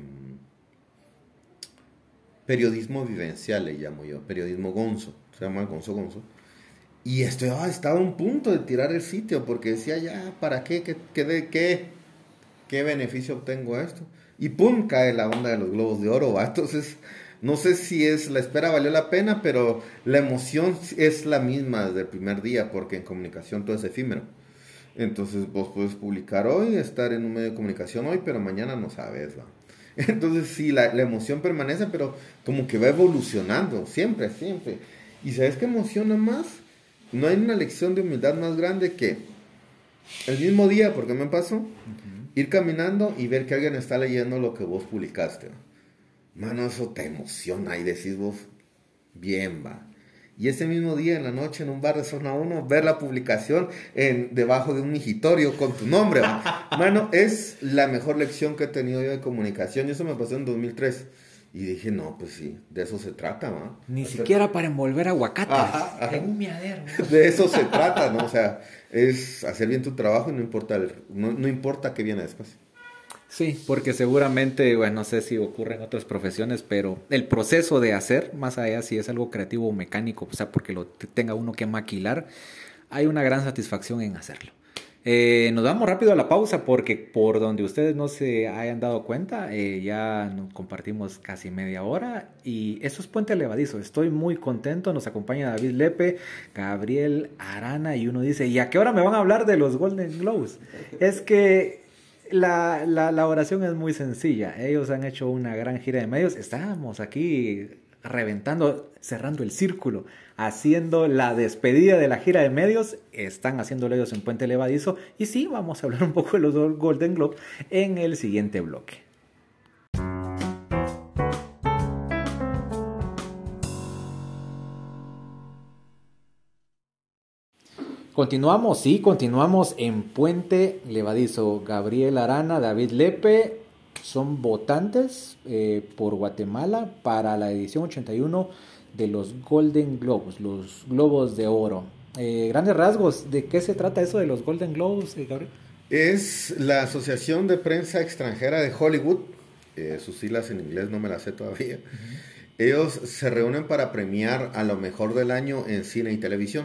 periodismo vivencial, le llamo yo. Periodismo Gonzo. Se llama Gonzo Gonzo. Y estoy, ah, estaba a un punto de tirar el sitio porque decía, ya, ¿para qué? ¿Qué, qué, de, qué? ¿Qué beneficio obtengo a esto? Y pum, cae la onda de los globos de oro, ¿va? Entonces, no sé si es la espera valió la pena, pero la emoción es la misma desde el primer día, porque en comunicación todo es efímero. Entonces, vos puedes publicar hoy, estar en un medio de comunicación hoy, pero mañana no sabes, ¿va? Entonces, sí, la, la emoción permanece, pero como que va evolucionando, siempre, siempre. ¿Y sabes qué emociona más? No hay una lección de humildad más grande que el mismo día, porque me pasó, uh-huh. ir caminando y ver que alguien está leyendo lo que vos publicaste. Mano, eso te emociona y decís vos, bien, va. Y ese mismo día en la noche en un bar de zona uno, ver la publicación en, debajo de un migitorio con tu nombre, va. Mano, es la mejor lección que he tenido yo de comunicación y eso me pasó en dos mil tres. Y dije, no, pues sí, de eso se trata, ¿no? Ni o sea, siquiera para envolver aguacates ajá, ajá. en un miadero. De eso se trata, ¿no? O sea, es hacer bien tu trabajo y no importa, el, no, no importa qué viene después. Sí, porque seguramente, bueno, no sé si ocurre en otras profesiones, pero el proceso de hacer, más allá si es algo creativo o mecánico, o sea, porque lo tenga uno que maquilar, hay una gran satisfacción en hacerlo. Eh, nos vamos rápido a la pausa porque por donde ustedes no se hayan dado cuenta, eh, ya nos compartimos casi media hora y eso es Puente Levadizo. Estoy muy contento, nos acompaña David Lepe, Gabriel Arana y uno dice, ¿y a qué hora me van a hablar de los Golden Globes? Es que la, la, la oración es muy sencilla, ellos han hecho una gran gira de medios, estábamos aquí reventando, cerrando el círculo, haciendo la despedida de la gira de medios, están haciéndolo ellos en Puente Levadizo y sí, vamos a hablar un poco de los Golden Globes en el siguiente bloque. Continuamos, sí, continuamos en Puente Levadizo. Gabriel Arana, David Lepe son votantes eh, por Guatemala para la edición ochenta y uno de los Golden Globes, los Globos de Oro. Eh, grandes rasgos, ¿de qué se trata eso de los Golden Globes, eh, Gabriel? Es la Asociación de Prensa Extranjera de Hollywood, eh, sus siglas en inglés no me las sé todavía. Uh-huh. Ellos se reúnen para premiar a lo mejor del año en cine y televisión,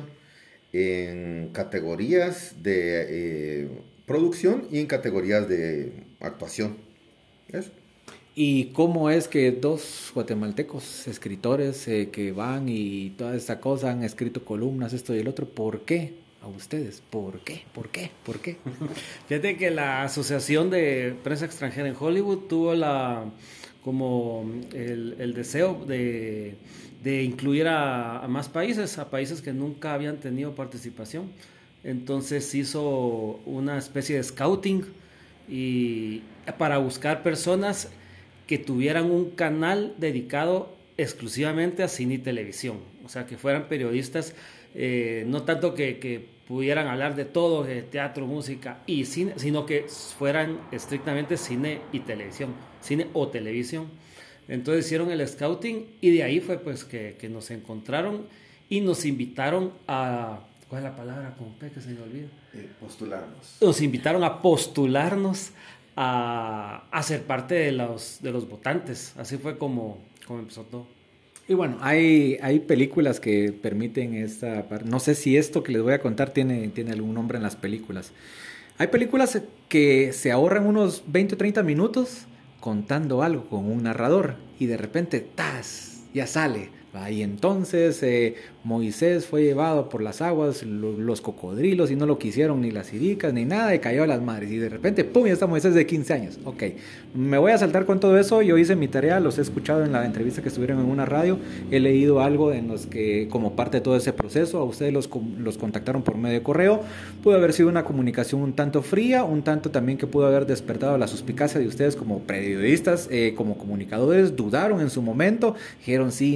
en categorías de eh, producción y en categorías de actuación. Eso. ¿Y cómo es que dos guatemaltecos escritores eh, que van y toda esta cosa han escrito columnas, esto y el otro? ¿Por qué? A ustedes, ¿por qué? ¿Por qué? ¿Por qué? Fíjate que la Asociación de Prensa Extranjera en Hollywood tuvo la como el, el deseo de, de incluir a, a más países, a países que nunca habían tenido participación. Entonces hizo una especie de scouting y para buscar personas que tuvieran un canal dedicado exclusivamente a cine y televisión, o sea, que fueran periodistas, eh, no tanto que, que pudieran hablar de todo, de teatro, música y cine, sino que fueran estrictamente cine y televisión, cine o televisión. Entonces hicieron el scouting y de ahí fue pues que, que nos encontraron y nos invitaron a, ¿cuál es la palabra con P que se me olvida? Eh, postularnos. Nos invitaron a postularnos a, a ser parte de los, de los votantes. Así fue como, como empezó todo. Y bueno, hay, hay películas que permiten esta parte. No sé si esto que les voy a contar tiene, tiene algún nombre en las películas. Hay películas que se ahorran unos veinte o treinta minutos contando algo con un narrador y de repente, ¡tas!, ya sale. Y entonces eh, Moisés fue llevado por las aguas, lo, los cocodrilos, y no lo quisieron ni las siricas ni nada, y cayó a las madres. Y de repente, ¡pum!, ya está Moisés de quince años. Ok, me voy a saltar con todo eso. Yo hice mi tarea, los he escuchado en la entrevista que estuvieron en una radio. He leído algo en los que, como parte de todo ese proceso, a ustedes los, los contactaron por medio de correo. Pudo haber sido una comunicación un tanto fría, un tanto también que pudo haber despertado la suspicacia de ustedes como periodistas, eh, como comunicadores. Dudaron en su momento, dijeron, sí, no, me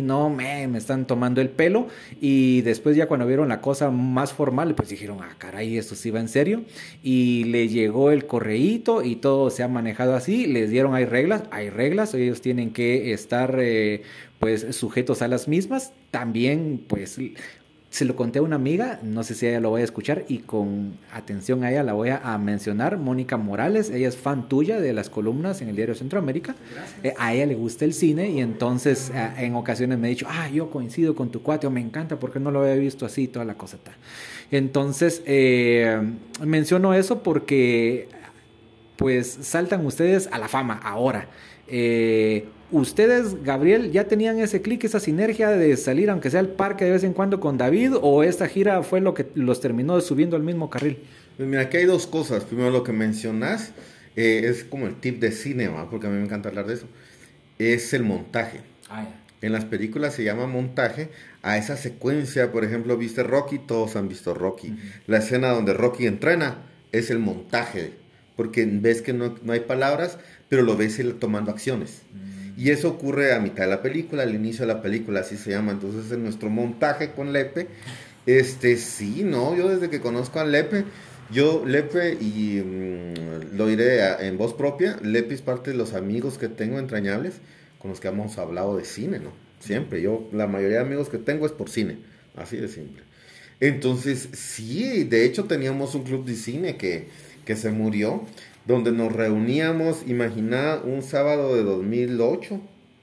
eh, me están tomando el pelo. Y después ya cuando vieron la cosa más formal, pues dijeron, ah, caray, esto sí va en serio. Y le llegó el correíto y todo se ha manejado así. Les dieron, hay reglas, hay reglas, ellos tienen que estar eh, pues sujetos a las mismas. También pues se lo conté a una amiga, no sé si ella lo vaya a escuchar y con atención a ella la voy a mencionar, Mónica Morales, ella es fan tuya de las columnas en el Diario Centroamérica, eh, a ella le gusta el cine y entonces eh, en ocasiones me ha dicho, ah, yo coincido con tu cuate, o me encanta porque no lo había visto así, toda la cosa tal. Entonces eh, menciono eso porque pues saltan ustedes a la fama ahora. Eh, ¿Ustedes, Gabriel, ya tenían ese clic, esa sinergia de salir aunque sea al parque de vez en cuando con David, o esta gira fue lo que los terminó subiendo al mismo carril? Pues mira, aquí hay dos cosas. Primero, lo que mencionas eh, es como el tip de cine, ¿va? Porque a mí me encanta hablar de eso. Es el montaje. Ah, yeah. En las películas se llama montaje a esa secuencia. Por ejemplo, ¿viste Rocky? Todos han visto Rocky. Uh-huh. La escena donde Rocky entrena es el montaje, porque ves que no, no hay palabras, pero lo ves él tomando acciones. Uh-huh. Y eso ocurre a mitad de la película, al inicio de la película, así se llama. Entonces, en nuestro montaje con Lepe, este, sí, no, yo desde que conozco a Lepe, yo, Lepe, y mmm, lo diré a, en voz propia, Lepe es parte de los amigos que tengo entrañables, con los que hemos hablado de cine, ¿no? Siempre, yo, la mayoría de amigos que tengo es por cine, así de simple. Entonces, sí, de hecho teníamos un club de cine que, que se murió, donde nos reuníamos, imagina, un sábado de dos mil ocho,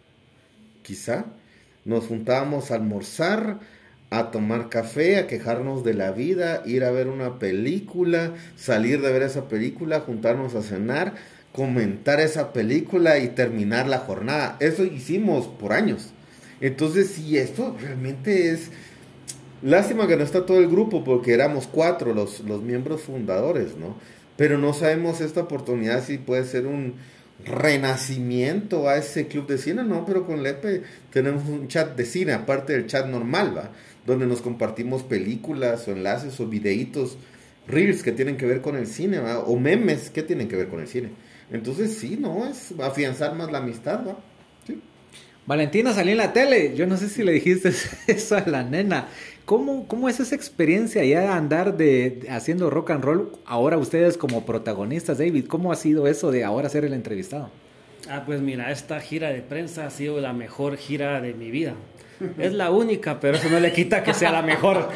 quizá, nos juntábamos a almorzar, a tomar café, a quejarnos de la vida, ir a ver una película, salir de ver esa película, juntarnos a cenar, comentar esa película y terminar la jornada. Eso hicimos por años. Entonces, sí, esto realmente es... Lástima que no está todo el grupo, porque éramos cuatro los, los miembros fundadores, ¿no? Pero no sabemos esta oportunidad si puede ser un renacimiento a ese club de cine, no, pero con Lepe tenemos un chat de cine, aparte del chat normal, ¿va? Donde nos compartimos películas o enlaces o videitos, reels que tienen que ver con el cine, ¿va? O memes que tienen que ver con el cine. Entonces sí, no, es afianzar más la amistad, ¿va? Sí. Valentina salió en la tele, yo no sé si le dijiste eso a la nena. ¿Cómo, cómo es esa experiencia ya de andar de, de haciendo rock and roll? Ahora ustedes como protagonistas, David, ¿cómo ha sido eso de ahora ser el entrevistado? Ah, pues mira, esta gira de prensa ha sido la mejor gira de mi vida. Es la única, pero eso no le quita que sea la mejor.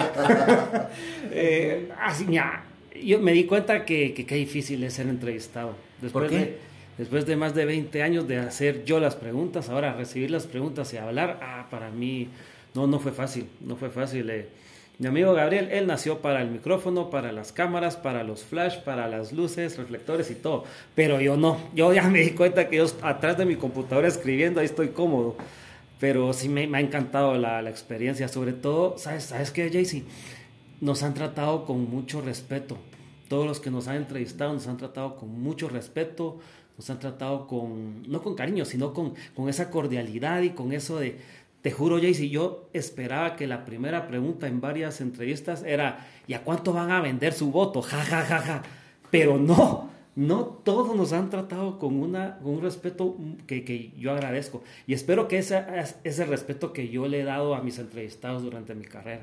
eh, así, ya, yo me di cuenta que qué difícil es ser entrevistado. Después ¿Por qué? De, después de más de veinte años de hacer yo las preguntas, ahora recibir las preguntas y hablar, ah, para mí... No, no fue fácil, no fue fácil. Eh. Mi amigo Gabriel, él nació para el micrófono, para las cámaras, para los flash, para las luces, reflectores y todo. Pero yo no, yo ya me di cuenta que yo atrás de mi computadora escribiendo, ahí estoy cómodo. Pero sí me, me ha encantado la, la experiencia, sobre todo, ¿sabes, ¿sabes qué, Jaycee? Nos han tratado con mucho respeto. Todos los que nos han entrevistado nos han tratado con mucho respeto, nos han tratado con, no con cariño, sino con, con esa cordialidad y con eso de... Te juro, Jaycee, yo esperaba que la primera pregunta en varias entrevistas era ¿y a cuánto van a vender su voto? Ja, ja, ja, ja. Pero no, no todos nos han tratado con, una, con un respeto que, que yo agradezco. Y espero que ese, ese respeto que yo le he dado a mis entrevistados durante mi carrera.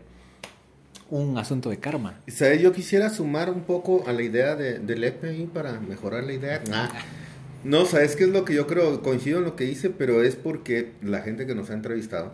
Un asunto de karma. ¿Sabes? Yo quisiera sumar un poco a la idea de, de Lepe para mejorar la idea. Ah. No, ¿sabes qué es lo que yo creo? Coincido en lo que dice, pero es porque la gente que nos ha entrevistado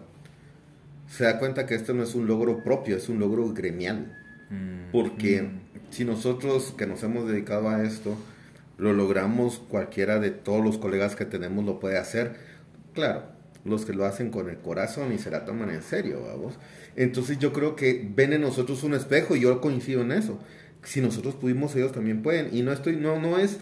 se da cuenta que esto no es un logro propio, es un logro gremial. Mm, porque mm. si nosotros que nos hemos dedicado a esto lo logramos, cualquiera de todos los colegas que tenemos lo puede hacer. Claro, los que lo hacen con el corazón y se la toman en serio, vamos. Entonces yo creo que ven en nosotros un espejo y yo coincido en eso. Si nosotros pudimos, ellos también pueden. Y no estoy, no, no es...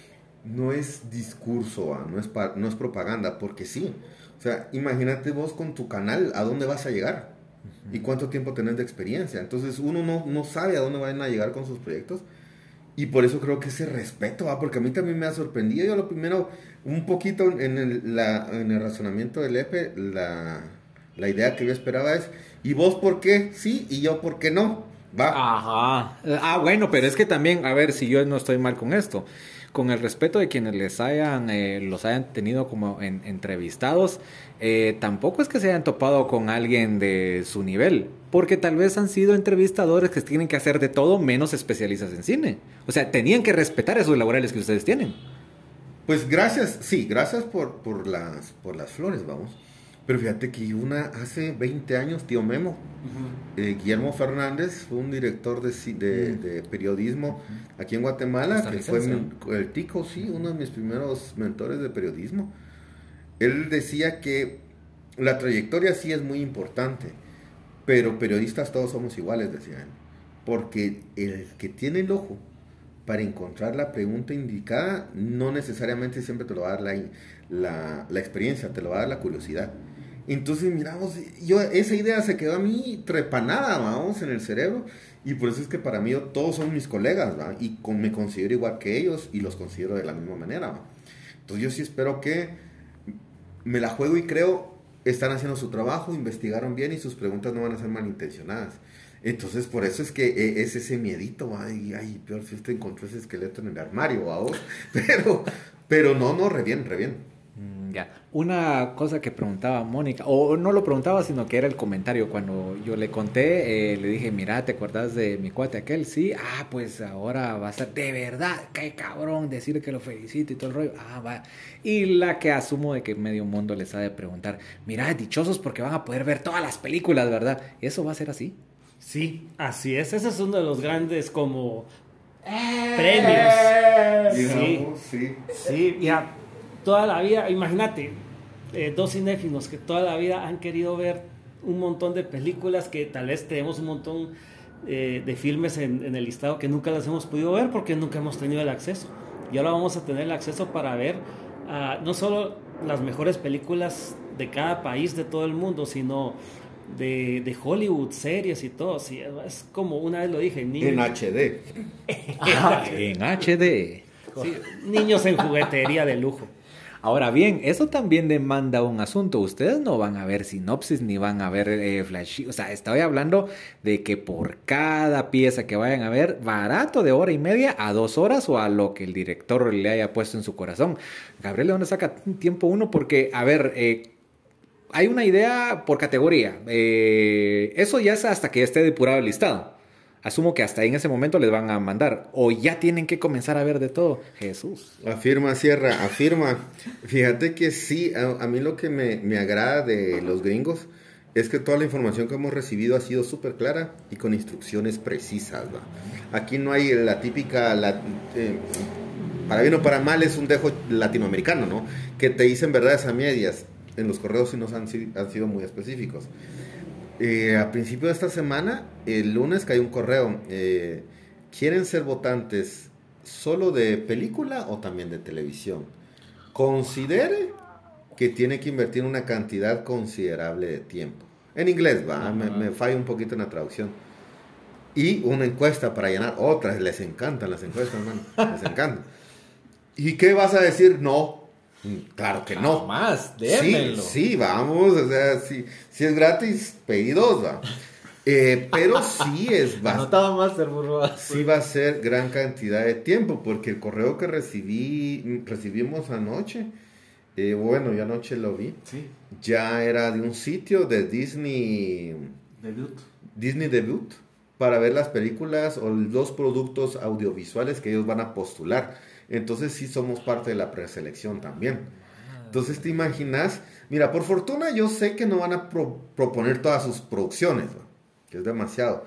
No es discurso, ¿eh? no, es pa- no es propaganda, porque sí. O sea, imagínate vos con tu canal, ¿a dónde vas a llegar? Uh-huh. ¿Y cuánto tiempo tenés de experiencia? Entonces uno no, no sabe a dónde van a llegar con sus proyectos. Y por eso creo que ese respeto, ¿va? Porque a mí también me ha sorprendido. Yo lo primero, un poquito en el, la, en el razonamiento del Lepe, la, la idea que yo esperaba es, ¿y vos por qué sí y yo por qué no? Va. Ajá. Ah, bueno, pero es que también, a ver si yo no estoy mal con esto. con el respeto de quienes les hayan, eh, los hayan tenido como en, entrevistados, eh, tampoco es que se hayan topado con alguien de su nivel, porque tal vez han sido entrevistadores que tienen que hacer de todo menos especialistas en cine. O sea, tenían que respetar esos laborales que ustedes tienen. Pues gracias, sí, gracias por, por, las, por las flores, vamos. Pero fíjate que una hace veinte años, tío Memo, uh-huh. eh, Guillermo Fernández fue un director de, de, de periodismo uh-huh. aquí en Guatemala, que fue mi, el Tico, sí, uno de mis primeros mentores de periodismo. Él decía que la trayectoria sí es muy importante, pero periodistas todos somos iguales, decía él, porque el que tiene el ojo para encontrar la pregunta indicada, no necesariamente siempre te lo va a dar la, la, la experiencia, te lo va a dar la curiosidad. Entonces, miramos, yo, esa idea se quedó a mí trepanada, vamos, en el cerebro, y por eso es que para mí todos son mis colegas, ¿va? Y con, me considero igual que ellos, y los considero de la misma manera, ¿va? Entonces yo sí espero que me la juego y creo, están haciendo su trabajo, investigaron bien, y sus preguntas no van a ser malintencionadas. Entonces, por eso es que es ese miedito, ay, ay, peor si usted encontró ese esqueleto en el armario, ¿va? Pero, pero no, no, re bien, re bien. Mm, ya, una cosa que preguntaba Mónica, o no lo preguntaba, sino que era el comentario, cuando yo le conté, eh, le dije, mira, ¿te acuerdas de mi cuate aquel? Sí, ah, pues ahora va a ser, de verdad, qué cabrón, decir que lo felicito y todo el rollo, ah, va. Y la que asumo de que medio mundo les ha de preguntar, mira, dichosos porque van a poder ver todas las películas, ¿verdad? ¿Eso va a ser así? Sí, así es. Ese es uno de los grandes como eh, premios. Digamos, sí, sí. Sí, ya toda la vida, imagínate, eh, dos cinéfilos que toda la vida han querido ver un montón de películas, que tal vez tenemos un montón eh, de filmes en, en el listado que nunca las hemos podido ver porque nunca hemos tenido el acceso. Y ahora vamos a tener el acceso para ver uh, no solo las mejores películas de cada país, de todo el mundo, sino De, de Hollywood, series y todo. Sí, es como una vez lo dije, niños, en H D. Ah, en H D. Sí, niños en juguetería de lujo. Ahora bien, eso también demanda un asunto. Ustedes no van a ver sinopsis ni van a ver eh, flash. O sea, estoy hablando de que por cada pieza que vayan a ver, barato de hora y media a dos horas o a lo que el director le haya puesto en su corazón. Gabriel, ¿de dónde saca tiempo uno? Porque, a ver, eh, hay una idea por categoría. Eh, eso ya es hasta que esté depurado el listado. Asumo que hasta ahí en ese momento les van a mandar. O ya tienen que comenzar a ver de todo. Jesús. Afirma, Sierra, afirma. Fíjate que sí, a, a mí lo que me, me agrada de los gringos es que toda la información que hemos recibido ha sido súper clara y con instrucciones precisas, ¿va? Aquí no hay la típica... La, eh, para bien o para mal es un dejo latinoamericano, ¿no? Que te dicen verdades a medias. En los correos sí nos han, han sido muy específicos. Eh, a principio de esta semana, el lunes cayó un correo. Eh, ¿Quieren ser votantes solo de película o también de televisión? Considere que tiene que invertir una cantidad considerable de tiempo. En inglés, va, uh-huh. me, me falla un poquito en la traducción. Y una encuesta para llenar. Otras, les encantan las encuestas, hermano. Les encantan. ¿Y qué vas a decir? No. Claro que no. Más, démelo. Sí, sí, vamos, o sea, si, si es gratis, pedí dos, va. Eh, pero sí es Anotado Master, por favor. Sí va a ser gran cantidad de tiempo, porque el correo que recibí, recibimos anoche, eh, bueno, yo anoche lo vi, sí. Ya era de un sitio de Disney Debut. Disney Debut, para ver las películas o los productos audiovisuales que ellos van a postular. Entonces sí somos parte de la preselección también. Entonces te imaginas, mira, por fortuna yo sé que no van a pro, proponer todas sus producciones, ¿no? Que es demasiado.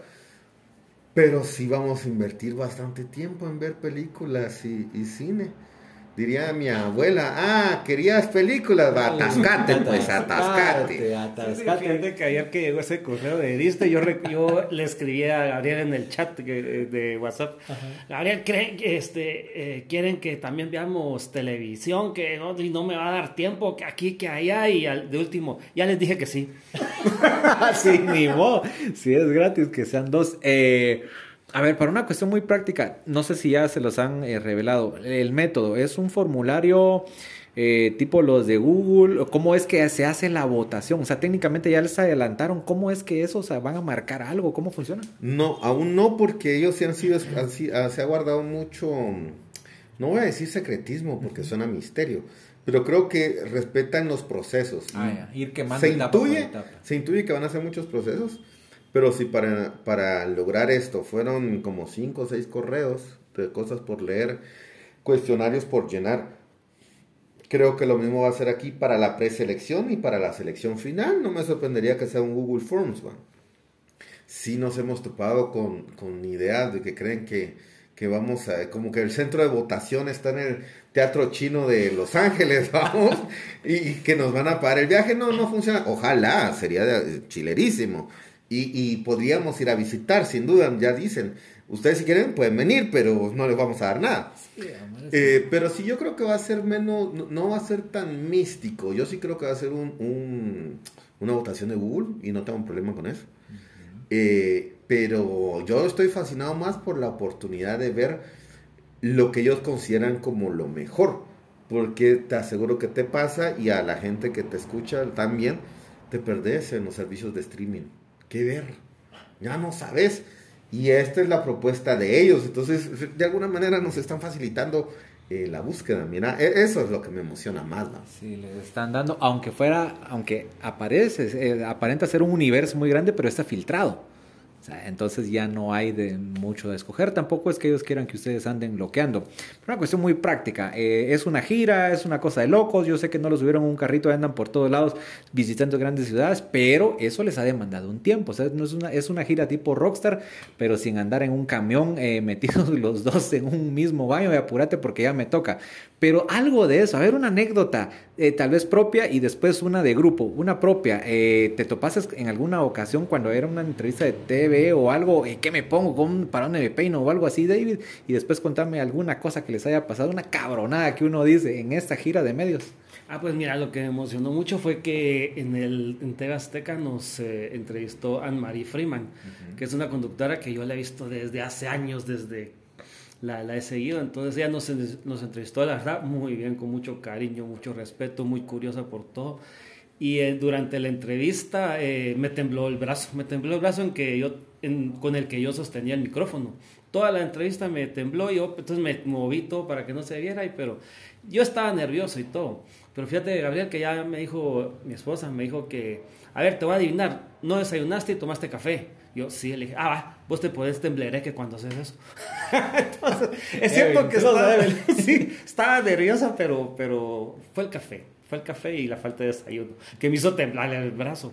Pero sí vamos a invertir bastante tiempo en ver películas y, y cine. Diría mi abuela, ah, querías películas, va, atascate, pues, atascate. atascate. Fíjate que ayer que llegó ese correo de Disney, yo, yo le escribí a Gabriel en el chat de, de WhatsApp. Ajá. Gabriel, ¿creen que este, eh, quieren que también veamos televisión? Que no, y no me va a dar tiempo, que aquí, que allá, y al, de último, ya les dije que sí. Sí, ni modo. Si es gratis, que sean dos. Eh... A ver, para una cuestión muy práctica, no sé si ya se los han eh, revelado. El método es un formulario eh, tipo los de Google. ¿Cómo es que se hace la votación? O sea, técnicamente ya les adelantaron. ¿Cómo es que eso, o sea, van a marcar algo? ¿Cómo funciona? No, aún no, porque ellos sí han sido, han, se ha guardado mucho, no voy a decir secretismo porque uh-huh. suena misterio, pero creo que respetan los procesos. Ah, ya. Ir quemando se etapa intuye, por etapa. Se intuye que van a ser muchos procesos, pero si para, para lograr esto fueron como cinco o seis correos de cosas por leer, cuestionarios por llenar, creo que lo mismo va a ser aquí para la preselección y para la selección final. No me sorprendería que sea un Google Forms, ¿va? Sí nos hemos topado con, con ideas de que creen que, que vamos a... Como que el centro de votación está en el Teatro Chino de Los Ángeles, vamos, y, y que nos van a pagar el viaje. No, no funciona. Ojalá, sería de, chilerísimo. Y, y podríamos ir a visitar, sin duda, ya dicen. Ustedes si quieren pueden venir, pero no les vamos a dar nada. Sí, eh, pero sí, yo creo que va a ser menos, no, no va a ser tan místico. Yo sí creo que va a ser un, un, una votación de Google y no tengo un problema con eso. Uh-huh. Eh, pero yo estoy fascinado más por la oportunidad de ver lo que ellos consideran como lo mejor. Porque te aseguro que te pasa y a la gente que te escucha también te perdés en los servicios de streaming. ¿Qué ver? Ya no sabes. Y esta es la propuesta de ellos. Entonces, de alguna manera nos están facilitando eh, la búsqueda. Mira, eso es lo que me emociona más, ¿no? Sí, les están dando, aunque fuera, aunque aparece, eh, aparenta ser un universo muy grande, pero está filtrado. O sea, entonces ya no hay de mucho de escoger. Tampoco es que ellos quieran que ustedes anden bloqueando. Pero una cuestión muy práctica. Eh, es una gira, es una cosa de locos. Yo sé que no los subieron en un carrito y andan por todos lados visitando grandes ciudades, pero eso les ha demandado un tiempo. O sea, no es una, es una gira tipo rockstar, pero sin andar en un camión eh, metidos los dos en un mismo baño. Y apúrate porque ya me toca. Pero algo de eso. A ver, una anécdota, eh, tal vez propia y después una de grupo. Una propia. Eh, ¿Te topaste en alguna ocasión cuando era una entrevista de T V o algo, eh, ¿qué me pongo? ¿Con, ¿Para dónde me peino? O algo así, David. Y después contame alguna cosa que les haya pasado, una cabronada que uno dice en esta gira de medios. Ah, pues mira, lo que me emocionó mucho fue que en el en T V Azteca nos eh, entrevistó Anne-Marie Freeman, uh-huh. que es una conductora que yo la he visto desde hace años, desde la, la he seguido. Entonces ella nos, nos entrevistó, la verdad, muy bien, con mucho cariño, mucho respeto, muy curiosa por todo. Y eh, durante la entrevista eh, me tembló el brazo, me tembló el brazo en que yo, en, con el que yo sostenía el micrófono. Toda la entrevista me tembló y yo entonces me moví todo para que no se viera, y, pero yo estaba nervioso y todo. Pero fíjate, Gabriel, que ya me dijo, mi esposa me dijo que, a ver, te voy a adivinar, no desayunaste y tomaste café. Yo sí, le dije, ah, va, vos te podés temblar que cuando haces eso. Entonces, es cierto eh, que estaba, sí, estaba nerviosa, pero, pero fue el café. Fue el café y la falta de desayuno que me hizo temblar el brazo.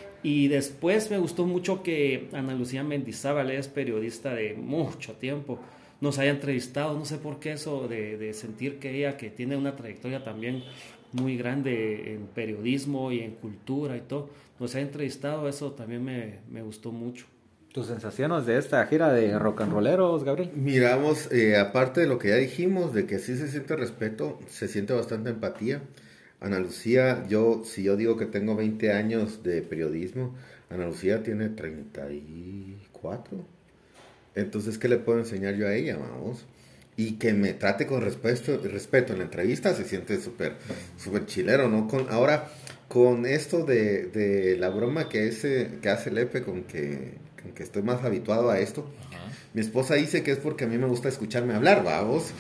Y después me gustó mucho que Ana Lucía Mendizábal, es periodista de mucho tiempo, nos haya entrevistado. No sé por qué eso de, de sentir que ella, que tiene una trayectoria también muy grande en periodismo y en cultura y todo, nos haya entrevistado. Eso también me, me gustó mucho. ¿Tus sensaciones de esta gira de rock and rolleros, Gabriel? Miramos, eh, aparte de lo que ya dijimos, de que sí se siente respeto, se siente bastante empatía. Ana Lucía, yo, si yo digo que tengo veinte años de periodismo, Ana Lucía tiene treinta y cuatro. Entonces, ¿qué le puedo enseñar yo a ella, vamos? Y que me trate con respeto, respeto en la entrevista, se siente súper súper chilero, ¿no? Con, ahora, con esto de, de la broma que, ese, que hace Lepe, con que, con que estoy más habituado a esto. Mi esposa dice que es porque a mí me gusta escucharme hablar, vamos.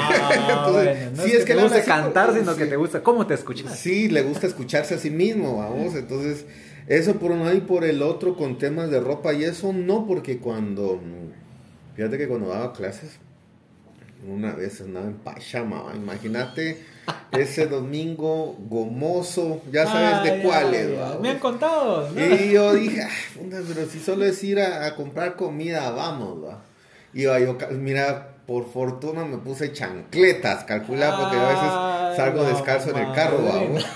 Ah, entonces, bueno, no sí, es, es que, que te gusta así, cantar, sino sí, que te gusta cómo te escuchas. Sí, le gusta escucharse a sí mismo, vamos. Entonces, eso por uno y por el otro con temas de ropa y eso no, porque cuando, fíjate que cuando daba clases, una vez andaba en pijama, imagínate ese domingo gomoso, ya sabes ah, de cuáles. Me han contado, ¿no? Y yo dije, ay, pero si solo es ir a, a comprar comida, vamos, ¿va? Y yo, yo, mira, por fortuna me puse chancletas, calcula, porque a veces salgo no, descalzo madre. en el carro, vamos.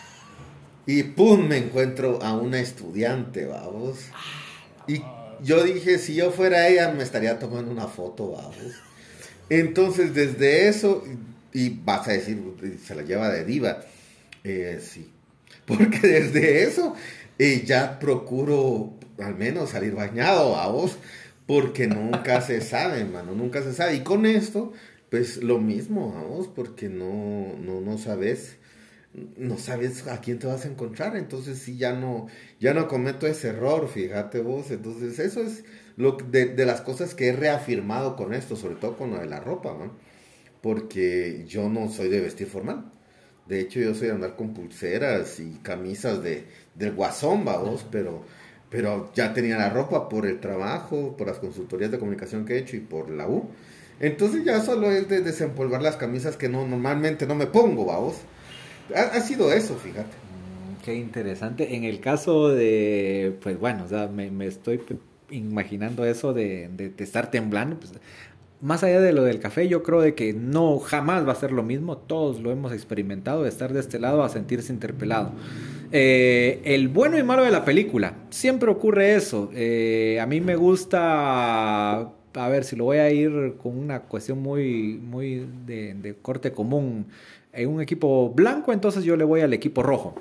Y pum, me encuentro a una estudiante, vamos. Y yo dije, si yo fuera ella, me estaría tomando una foto, vamos. Entonces, desde eso, y vas a decir, se la lleva de diva, eh, sí, porque desde eso eh, ya procuro al menos salir bañado, a vos, porque nunca se sabe, mano, nunca se sabe. Y con esto, pues lo mismo, a vos, porque no, no, no sabes, no sabes a quién te vas a encontrar. Entonces sí, ya no, ya no cometo ese error, fíjate vos. Entonces eso es lo de, de las cosas que he reafirmado con esto, sobre todo con lo de la ropa, ¿no? porque yo no soy de vestir formal. De hecho, yo soy de andar con pulseras y camisas de, del guasón, vamos, pero, pero ya tenía la ropa por el trabajo, por las consultorías de comunicación que he hecho y por la U. Entonces ya solo es de desempolvar las camisas que no normalmente no me pongo, vamos. Ha, ha sido eso, fíjate. Mm, qué interesante. En el caso de, pues bueno, o sea, me, me estoy imaginando eso de, de, de estar temblando, pues, más allá de lo del café, yo creo de que no jamás va a ser lo mismo. Todos lo hemos experimentado, de estar de este lado a sentirse interpelado. Eh, el bueno y malo de la película. Siempre ocurre eso. Eh, a mí me gusta, a ver si lo voy a ir con una cuestión muy, muy de, de corte común. En un equipo blanco, entonces yo le voy al equipo rojo.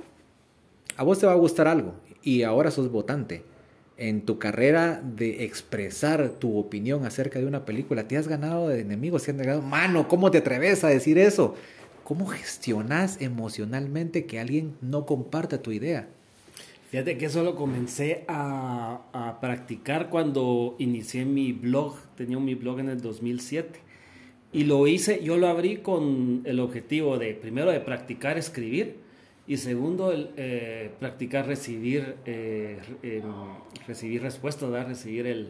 A vos te va a gustar algo y ahora sos votante. En tu carrera de expresar tu opinión acerca de una película, te has ganado de enemigos, te han ganado, mano, ¿cómo te atreves a decir eso? ¿Cómo gestionas emocionalmente que alguien no comparta tu idea? Fíjate que eso lo comencé a, a practicar cuando inicié mi blog. Tenía mi blog en el dos mil siete y lo hice, yo lo abrí con el objetivo de, primero, de practicar escribir, y segundo, el, eh, practicar recibir eh, eh, recibir respuestas, ¿verdad? Recibir el,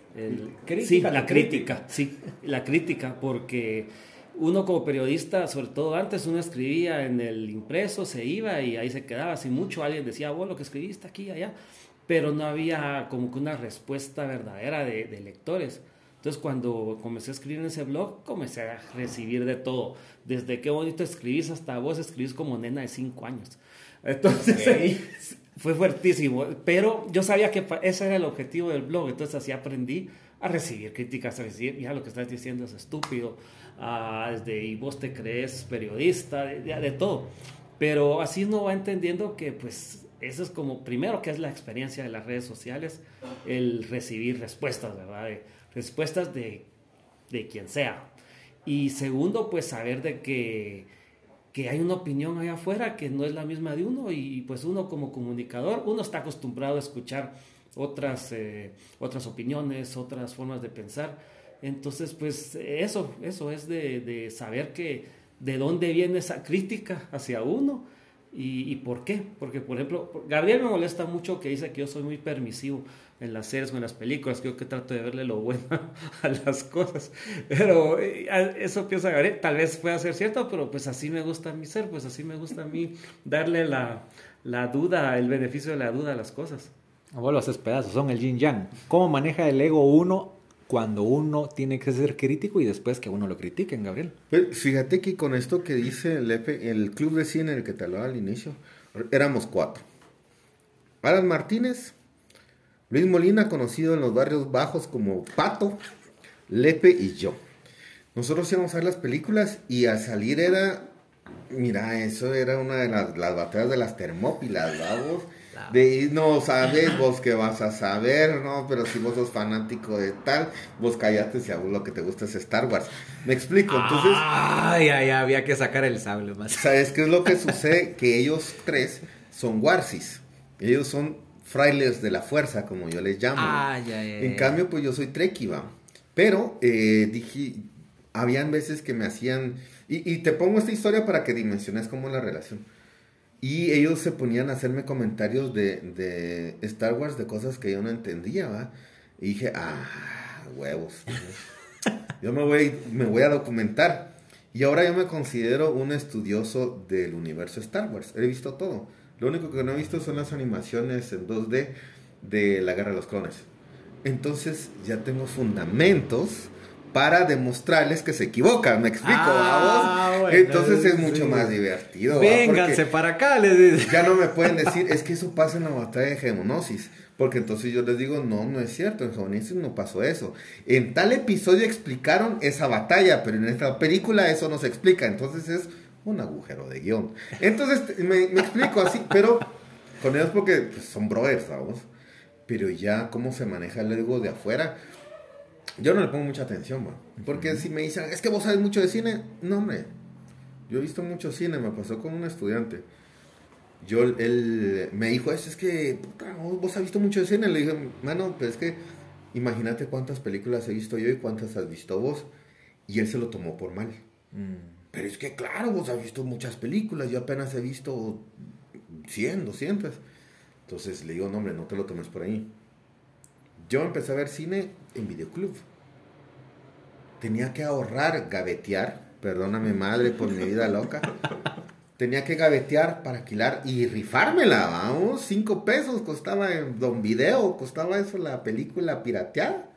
el crítica, sí, la crítica. crítica, sí, la crítica, porque uno como periodista, sobre todo antes, uno escribía en el impreso, se iba y ahí se quedaba, así mucho alguien decía, vos lo que escribiste aquí, allá, pero no había como que una respuesta verdadera de, de lectores. Entonces, cuando comencé a escribir en ese blog, comencé a recibir de todo. Desde qué bonito escribís hasta vos escribís como nena de cinco años. Entonces, okay. Fue fuertísimo. Pero yo sabía que ese era el objetivo del blog. Entonces, así aprendí a recibir críticas, a recibir, ya lo que estás diciendo es estúpido. Uh, desde, y vos te crees periodista, de, de, de todo. Pero así uno va entendiendo que, pues, eso es como, primero, que es la experiencia de las redes sociales, el recibir respuestas, ¿verdad? De, respuestas de, de quien sea. Y segundo, pues saber de que, que hay una opinión allá afuera que no es la misma de uno, y pues uno como comunicador, uno está acostumbrado a escuchar otras, eh, otras opiniones, otras formas de pensar. Entonces, pues eso, eso es de, de saber que de dónde viene esa crítica hacia uno. ¿Y, y por qué? Porque, por ejemplo, Gabriel me molesta mucho que dice que yo soy muy permisivo en las series o en las películas, que yo que trato de verle lo bueno a las cosas. Pero eh, eso piensa Gabriel, tal vez pueda ser cierto, pero pues así me gusta a mí ser, pues así me gusta a mí darle la, la duda, el beneficio de la duda a las cosas. Vos lo haces pedazos, son el yin yang. ¿Cómo maneja el ego uno cuando uno tiene que ser crítico y después que uno lo critiquen, Gabriel? Pues fíjate que con esto que dice Lepe, el club de cine en el que te hablaba al inicio, éramos cuatro. Alan Martínez, Luis Molina, conocido en los barrios bajos como Pato, Lepe y yo. Nosotros íbamos a ver las películas y al salir era, mira, eso era una de las, las batallas de las Termópilas, vamos. De no sabes vos qué vas a saber, no, pero si vos sos fanático de tal, vos callate si a vos lo que te gusta es Star Wars. Me explico, entonces. Ay, ay, había que sacar el sable más. ¿Sabes qué es lo que sucede? Que ellos tres son Warsis. Ellos son frailes de la fuerza, como yo les llamo. Ay, ay, ay. En cambio, pues yo soy Trekkie, va. Pero eh, dije, habían veces que me hacían. Y, y te pongo esta historia para que dimensiones cómo es la relación. Y ellos se ponían a hacerme comentarios de, de Star Wars, de cosas que yo no entendía, ¿va? Y dije, ah, huevos. Yo me voy, me voy a documentar. Y ahora yo me considero un estudioso del universo Star Wars. He visto todo. Lo único que no he visto son las animaciones en dos D de La Guerra de los Clones. Entonces ya tengo fundamentos para demostrarles que se equivocan, me explico, ah, ¿vamos? Bueno, Entonces es sí. mucho más divertido. Vénganse para acá, les dice. Ya no me pueden decir, es que eso pasa en la batalla de Geonosis, porque entonces yo les digo, no, no es cierto, en Geonosis no pasó eso. En tal episodio explicaron esa batalla, pero en esta película eso no se explica, entonces es un agujero de guión. Entonces me, me explico así, pero con ellos porque pues, son brothers, ¿vamos? Pero ya cómo se maneja el ego de afuera, yo no le pongo mucha atención, man. Porque uh-huh. si me dicen, es que vos sabes mucho de cine, no, hombre, yo he visto mucho cine, me pasó con un estudiante. Yo, él me dijo, es, es que, puta, vos has visto mucho de cine. Le dije, mano, pero es que, imagínate cuántas películas he visto yo y cuántas has visto vos. Y él se lo tomó por mal. Mm. Pero es que claro, vos has visto muchas películas, yo apenas he visto cien, doscientas. Entonces le digo, no hombre, no te lo tomes por ahí. Yo empecé a ver cine en videoclub. Tenía que ahorrar, gavetear, perdóname madre por mi vida loca. Tenía que gavetear para alquilar y rifármela, vamos, cinco pesos costaba en Don Video, costaba eso la película pirateada.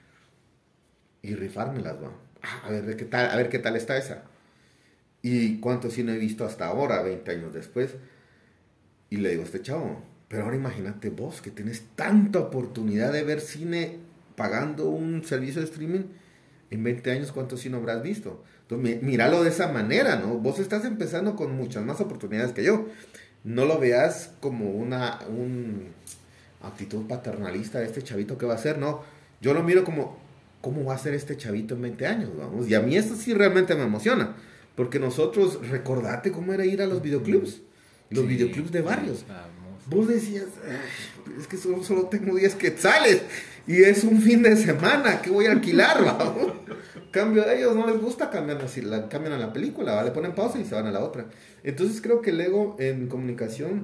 Y rifármelas, vamos. Ah, a ver qué tal, a ver qué tal está esa. Y cuánto cine he visto hasta ahora, veinte años después. Y le digo a este chavo, pero ahora imagínate vos que tienes tanta oportunidad de ver cine pagando un servicio de streaming. En veinte años, ¿cuánto cine habrás visto? Entonces, míralo de esa manera, ¿no? Vos estás empezando con muchas más oportunidades que yo. No lo veas como una un actitud paternalista de este chavito que va a hacer, no. Yo lo miro como, ¿cómo va a ser este chavito en veinte años? Vamos. Y a mí esto sí realmente me emociona. Porque nosotros, recordate cómo era ir a los videoclubs. Los sí, videoclubs de barrios. Vamos. Vos decías, es que solo, solo tengo diez quetzales y es un fin de semana, ¿qué voy a alquilar? ¿Vamos? Cambio, a ellos no les gusta cambiar así, la, cambian a la película, ¿vale? Le ponen pausa y se van a la otra. Entonces creo que el ego en comunicación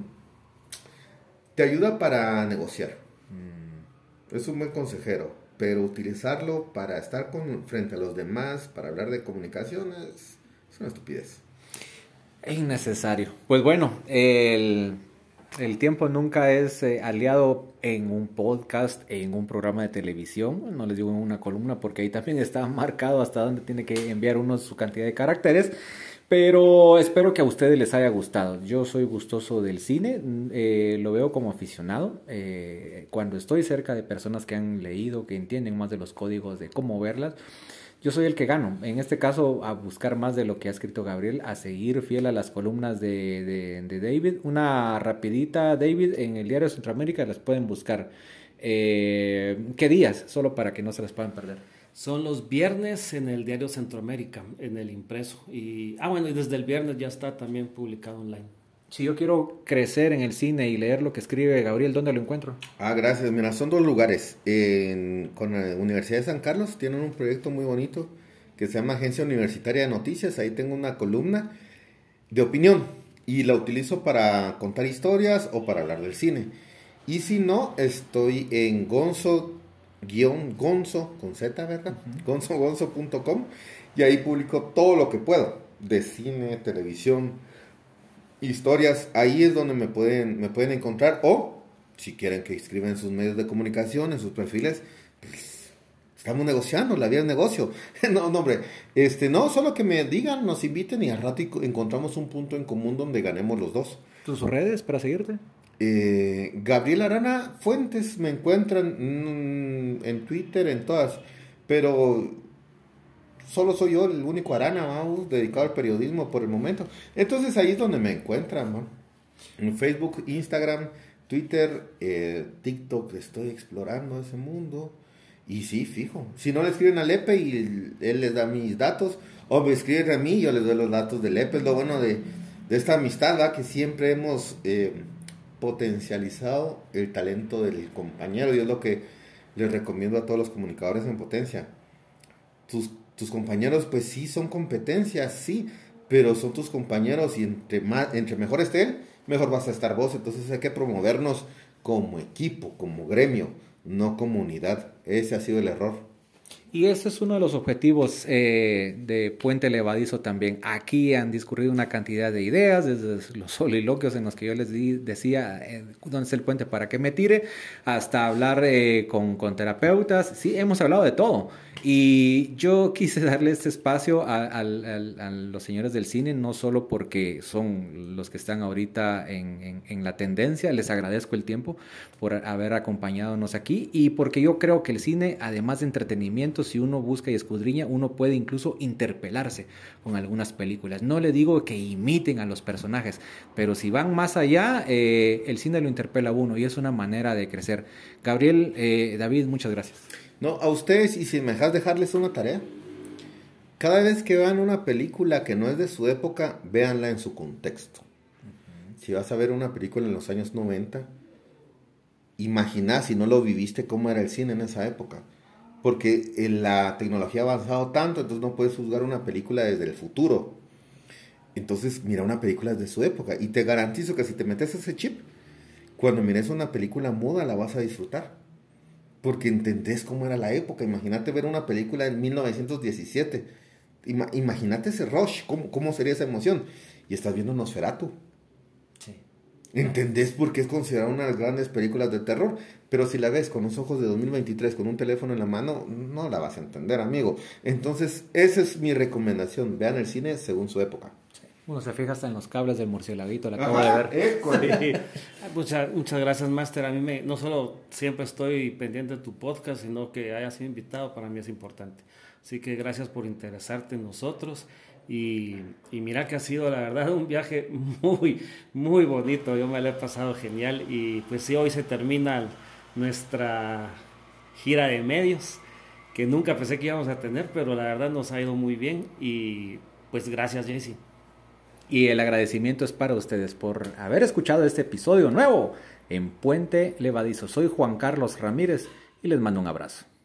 te ayuda para negociar. Mm. Es un buen consejero, pero utilizarlo para estar con, frente a los demás, para hablar de comunicación, es, es una estupidez. Es innecesario. Pues bueno, el... El tiempo nunca es eh, aliado en un podcast, en un programa de televisión, no les digo en una columna porque ahí también está marcado hasta dónde tiene que enviar uno su cantidad de caracteres, pero espero que a ustedes les haya gustado. Yo soy gustoso del cine, eh, lo veo como aficionado, eh, cuando estoy cerca de personas que han leído, que entienden más de los códigos de cómo verlas. Yo soy el que gano, en este caso a buscar más de lo que ha escrito Gabriel, a seguir fiel a las columnas de, de, de David. Una rapidita, David, en el Diario de Centroamérica las pueden buscar. Eh, ¿Qué días? Solo para que no se las puedan perder. Son los viernes en el Diario Centroamérica, en el impreso. Y, ah, bueno, y desde el viernes ya está también publicado online. Si yo quiero crecer en el cine y leer lo que escribe Gabriel, ¿dónde lo encuentro? Ah, gracias. Mira, son dos lugares. En, con la Universidad de San Carlos tienen un proyecto muy bonito que se llama Agencia Universitaria de Noticias. Ahí tengo una columna de opinión y la utilizo para contar historias o para hablar del cine. Y si no, estoy en gonzo, guión, gonzo, con Z, ¿verdad? Uh-huh. gonzo gonzo punto com y ahí publico todo lo que puedo de cine, televisión, historias. Ahí es donde me pueden, me pueden encontrar, o si quieren que escriban en sus medios de comunicación, en sus perfiles, pues, estamos negociando, la vida es negocio. no, no, hombre, este, no, solo que me digan, nos inviten y al rato encontramos un punto en común donde ganemos los dos. ¿Tus redes para seguirte? Eh, Gabriel Arana Fuentes, me encuentran mmm, en Twitter, en todas, pero solo soy yo el único Arana, vamos, dedicado al periodismo por el momento. Entonces ahí es donde me encuentran, ¿no? En Facebook, Instagram, Twitter, eh, TikTok, estoy explorando ese mundo. Y sí, fijo, si no le escriben a Lepe y él les da mis datos, o me escriben a mí, yo les doy los datos de Lepe. Es lo bueno de, de esta amistad, ¿va? Que siempre hemos eh, potencializado el talento del compañero, y es lo que les recomiendo a todos los comunicadores en potencia. Tus Tus compañeros, pues sí, son competencias, sí, pero son tus compañeros y entre, más, entre mejor esté él, mejor vas a estar vos. Entonces hay que promovernos como equipo, como gremio, no como unidad. Ese ha sido el error. Y ese es uno de los objetivos eh, de Puente Levadizo también. Aquí han discurrido una cantidad de ideas, desde los soliloquios en los que yo les di, decía eh, dónde está el puente para que me tire, hasta hablar eh, con, con terapeutas. Sí, hemos hablado de todo. Y yo quise darle este espacio a, a, a, a los señores del cine, no solo porque son los que están ahorita en, en, en la tendencia, les agradezco el tiempo por haber acompañadonos aquí, y porque yo creo que el cine, además de entretenimiento, si uno busca y escudriña, uno puede incluso interpelarse con algunas películas. No le digo que imiten a los personajes, pero si van más allá, eh, el cine lo interpela a uno y es una manera de crecer. Gabriel, eh, David, muchas gracias. No, a ustedes, y si me dejas dejarles una tarea. Cada vez que vean una película que no es de su época, véanla en su contexto. Uh-huh. Si vas a ver una película en los años noventa, imagina, si no lo viviste, cómo era el cine en esa época. porque eh, la tecnología ha avanzado tanto, entonces no puedes juzgar una película desde el futuro. Entonces mira una película desde su época y te garantizo que si te metes ese chip, cuando mires una película muda la vas a disfrutar. Porque entendés cómo era la época. Imagínate ver una película en mil novecientos diecisiete. Ima- imagínate ese rush, cómo, cómo sería esa emoción. Y estás viendo Nosferatu. Sí. ¿Entendés por qué es considerada una de las grandes películas de terror? Pero si la ves con los ojos de dos mil veintitrés, con un teléfono en la mano, no la vas a entender, amigo. Entonces, esa es mi recomendación. Vean el cine según su época. Uno se fija hasta en los cables del murcielaguito, la acabo Ajá, de ver. école. Muchas, muchas gracias, Master. A mí me, no solo siempre estoy pendiente de tu podcast, sino que hayas sido invitado, para mí es importante. Así que gracias por interesarte en nosotros. Y, y mira que ha sido, la verdad, un viaje muy, muy bonito. Yo me lo he pasado genial. Y pues sí, hoy se termina nuestra gira de medios, que nunca pensé que íbamos a tener, pero la verdad nos ha ido muy bien. Y pues gracias, Jaycee. Y el agradecimiento es para ustedes por haber escuchado este episodio nuevo en Puente Levadizo. Soy Juan Carlos Ramírez y les mando un abrazo.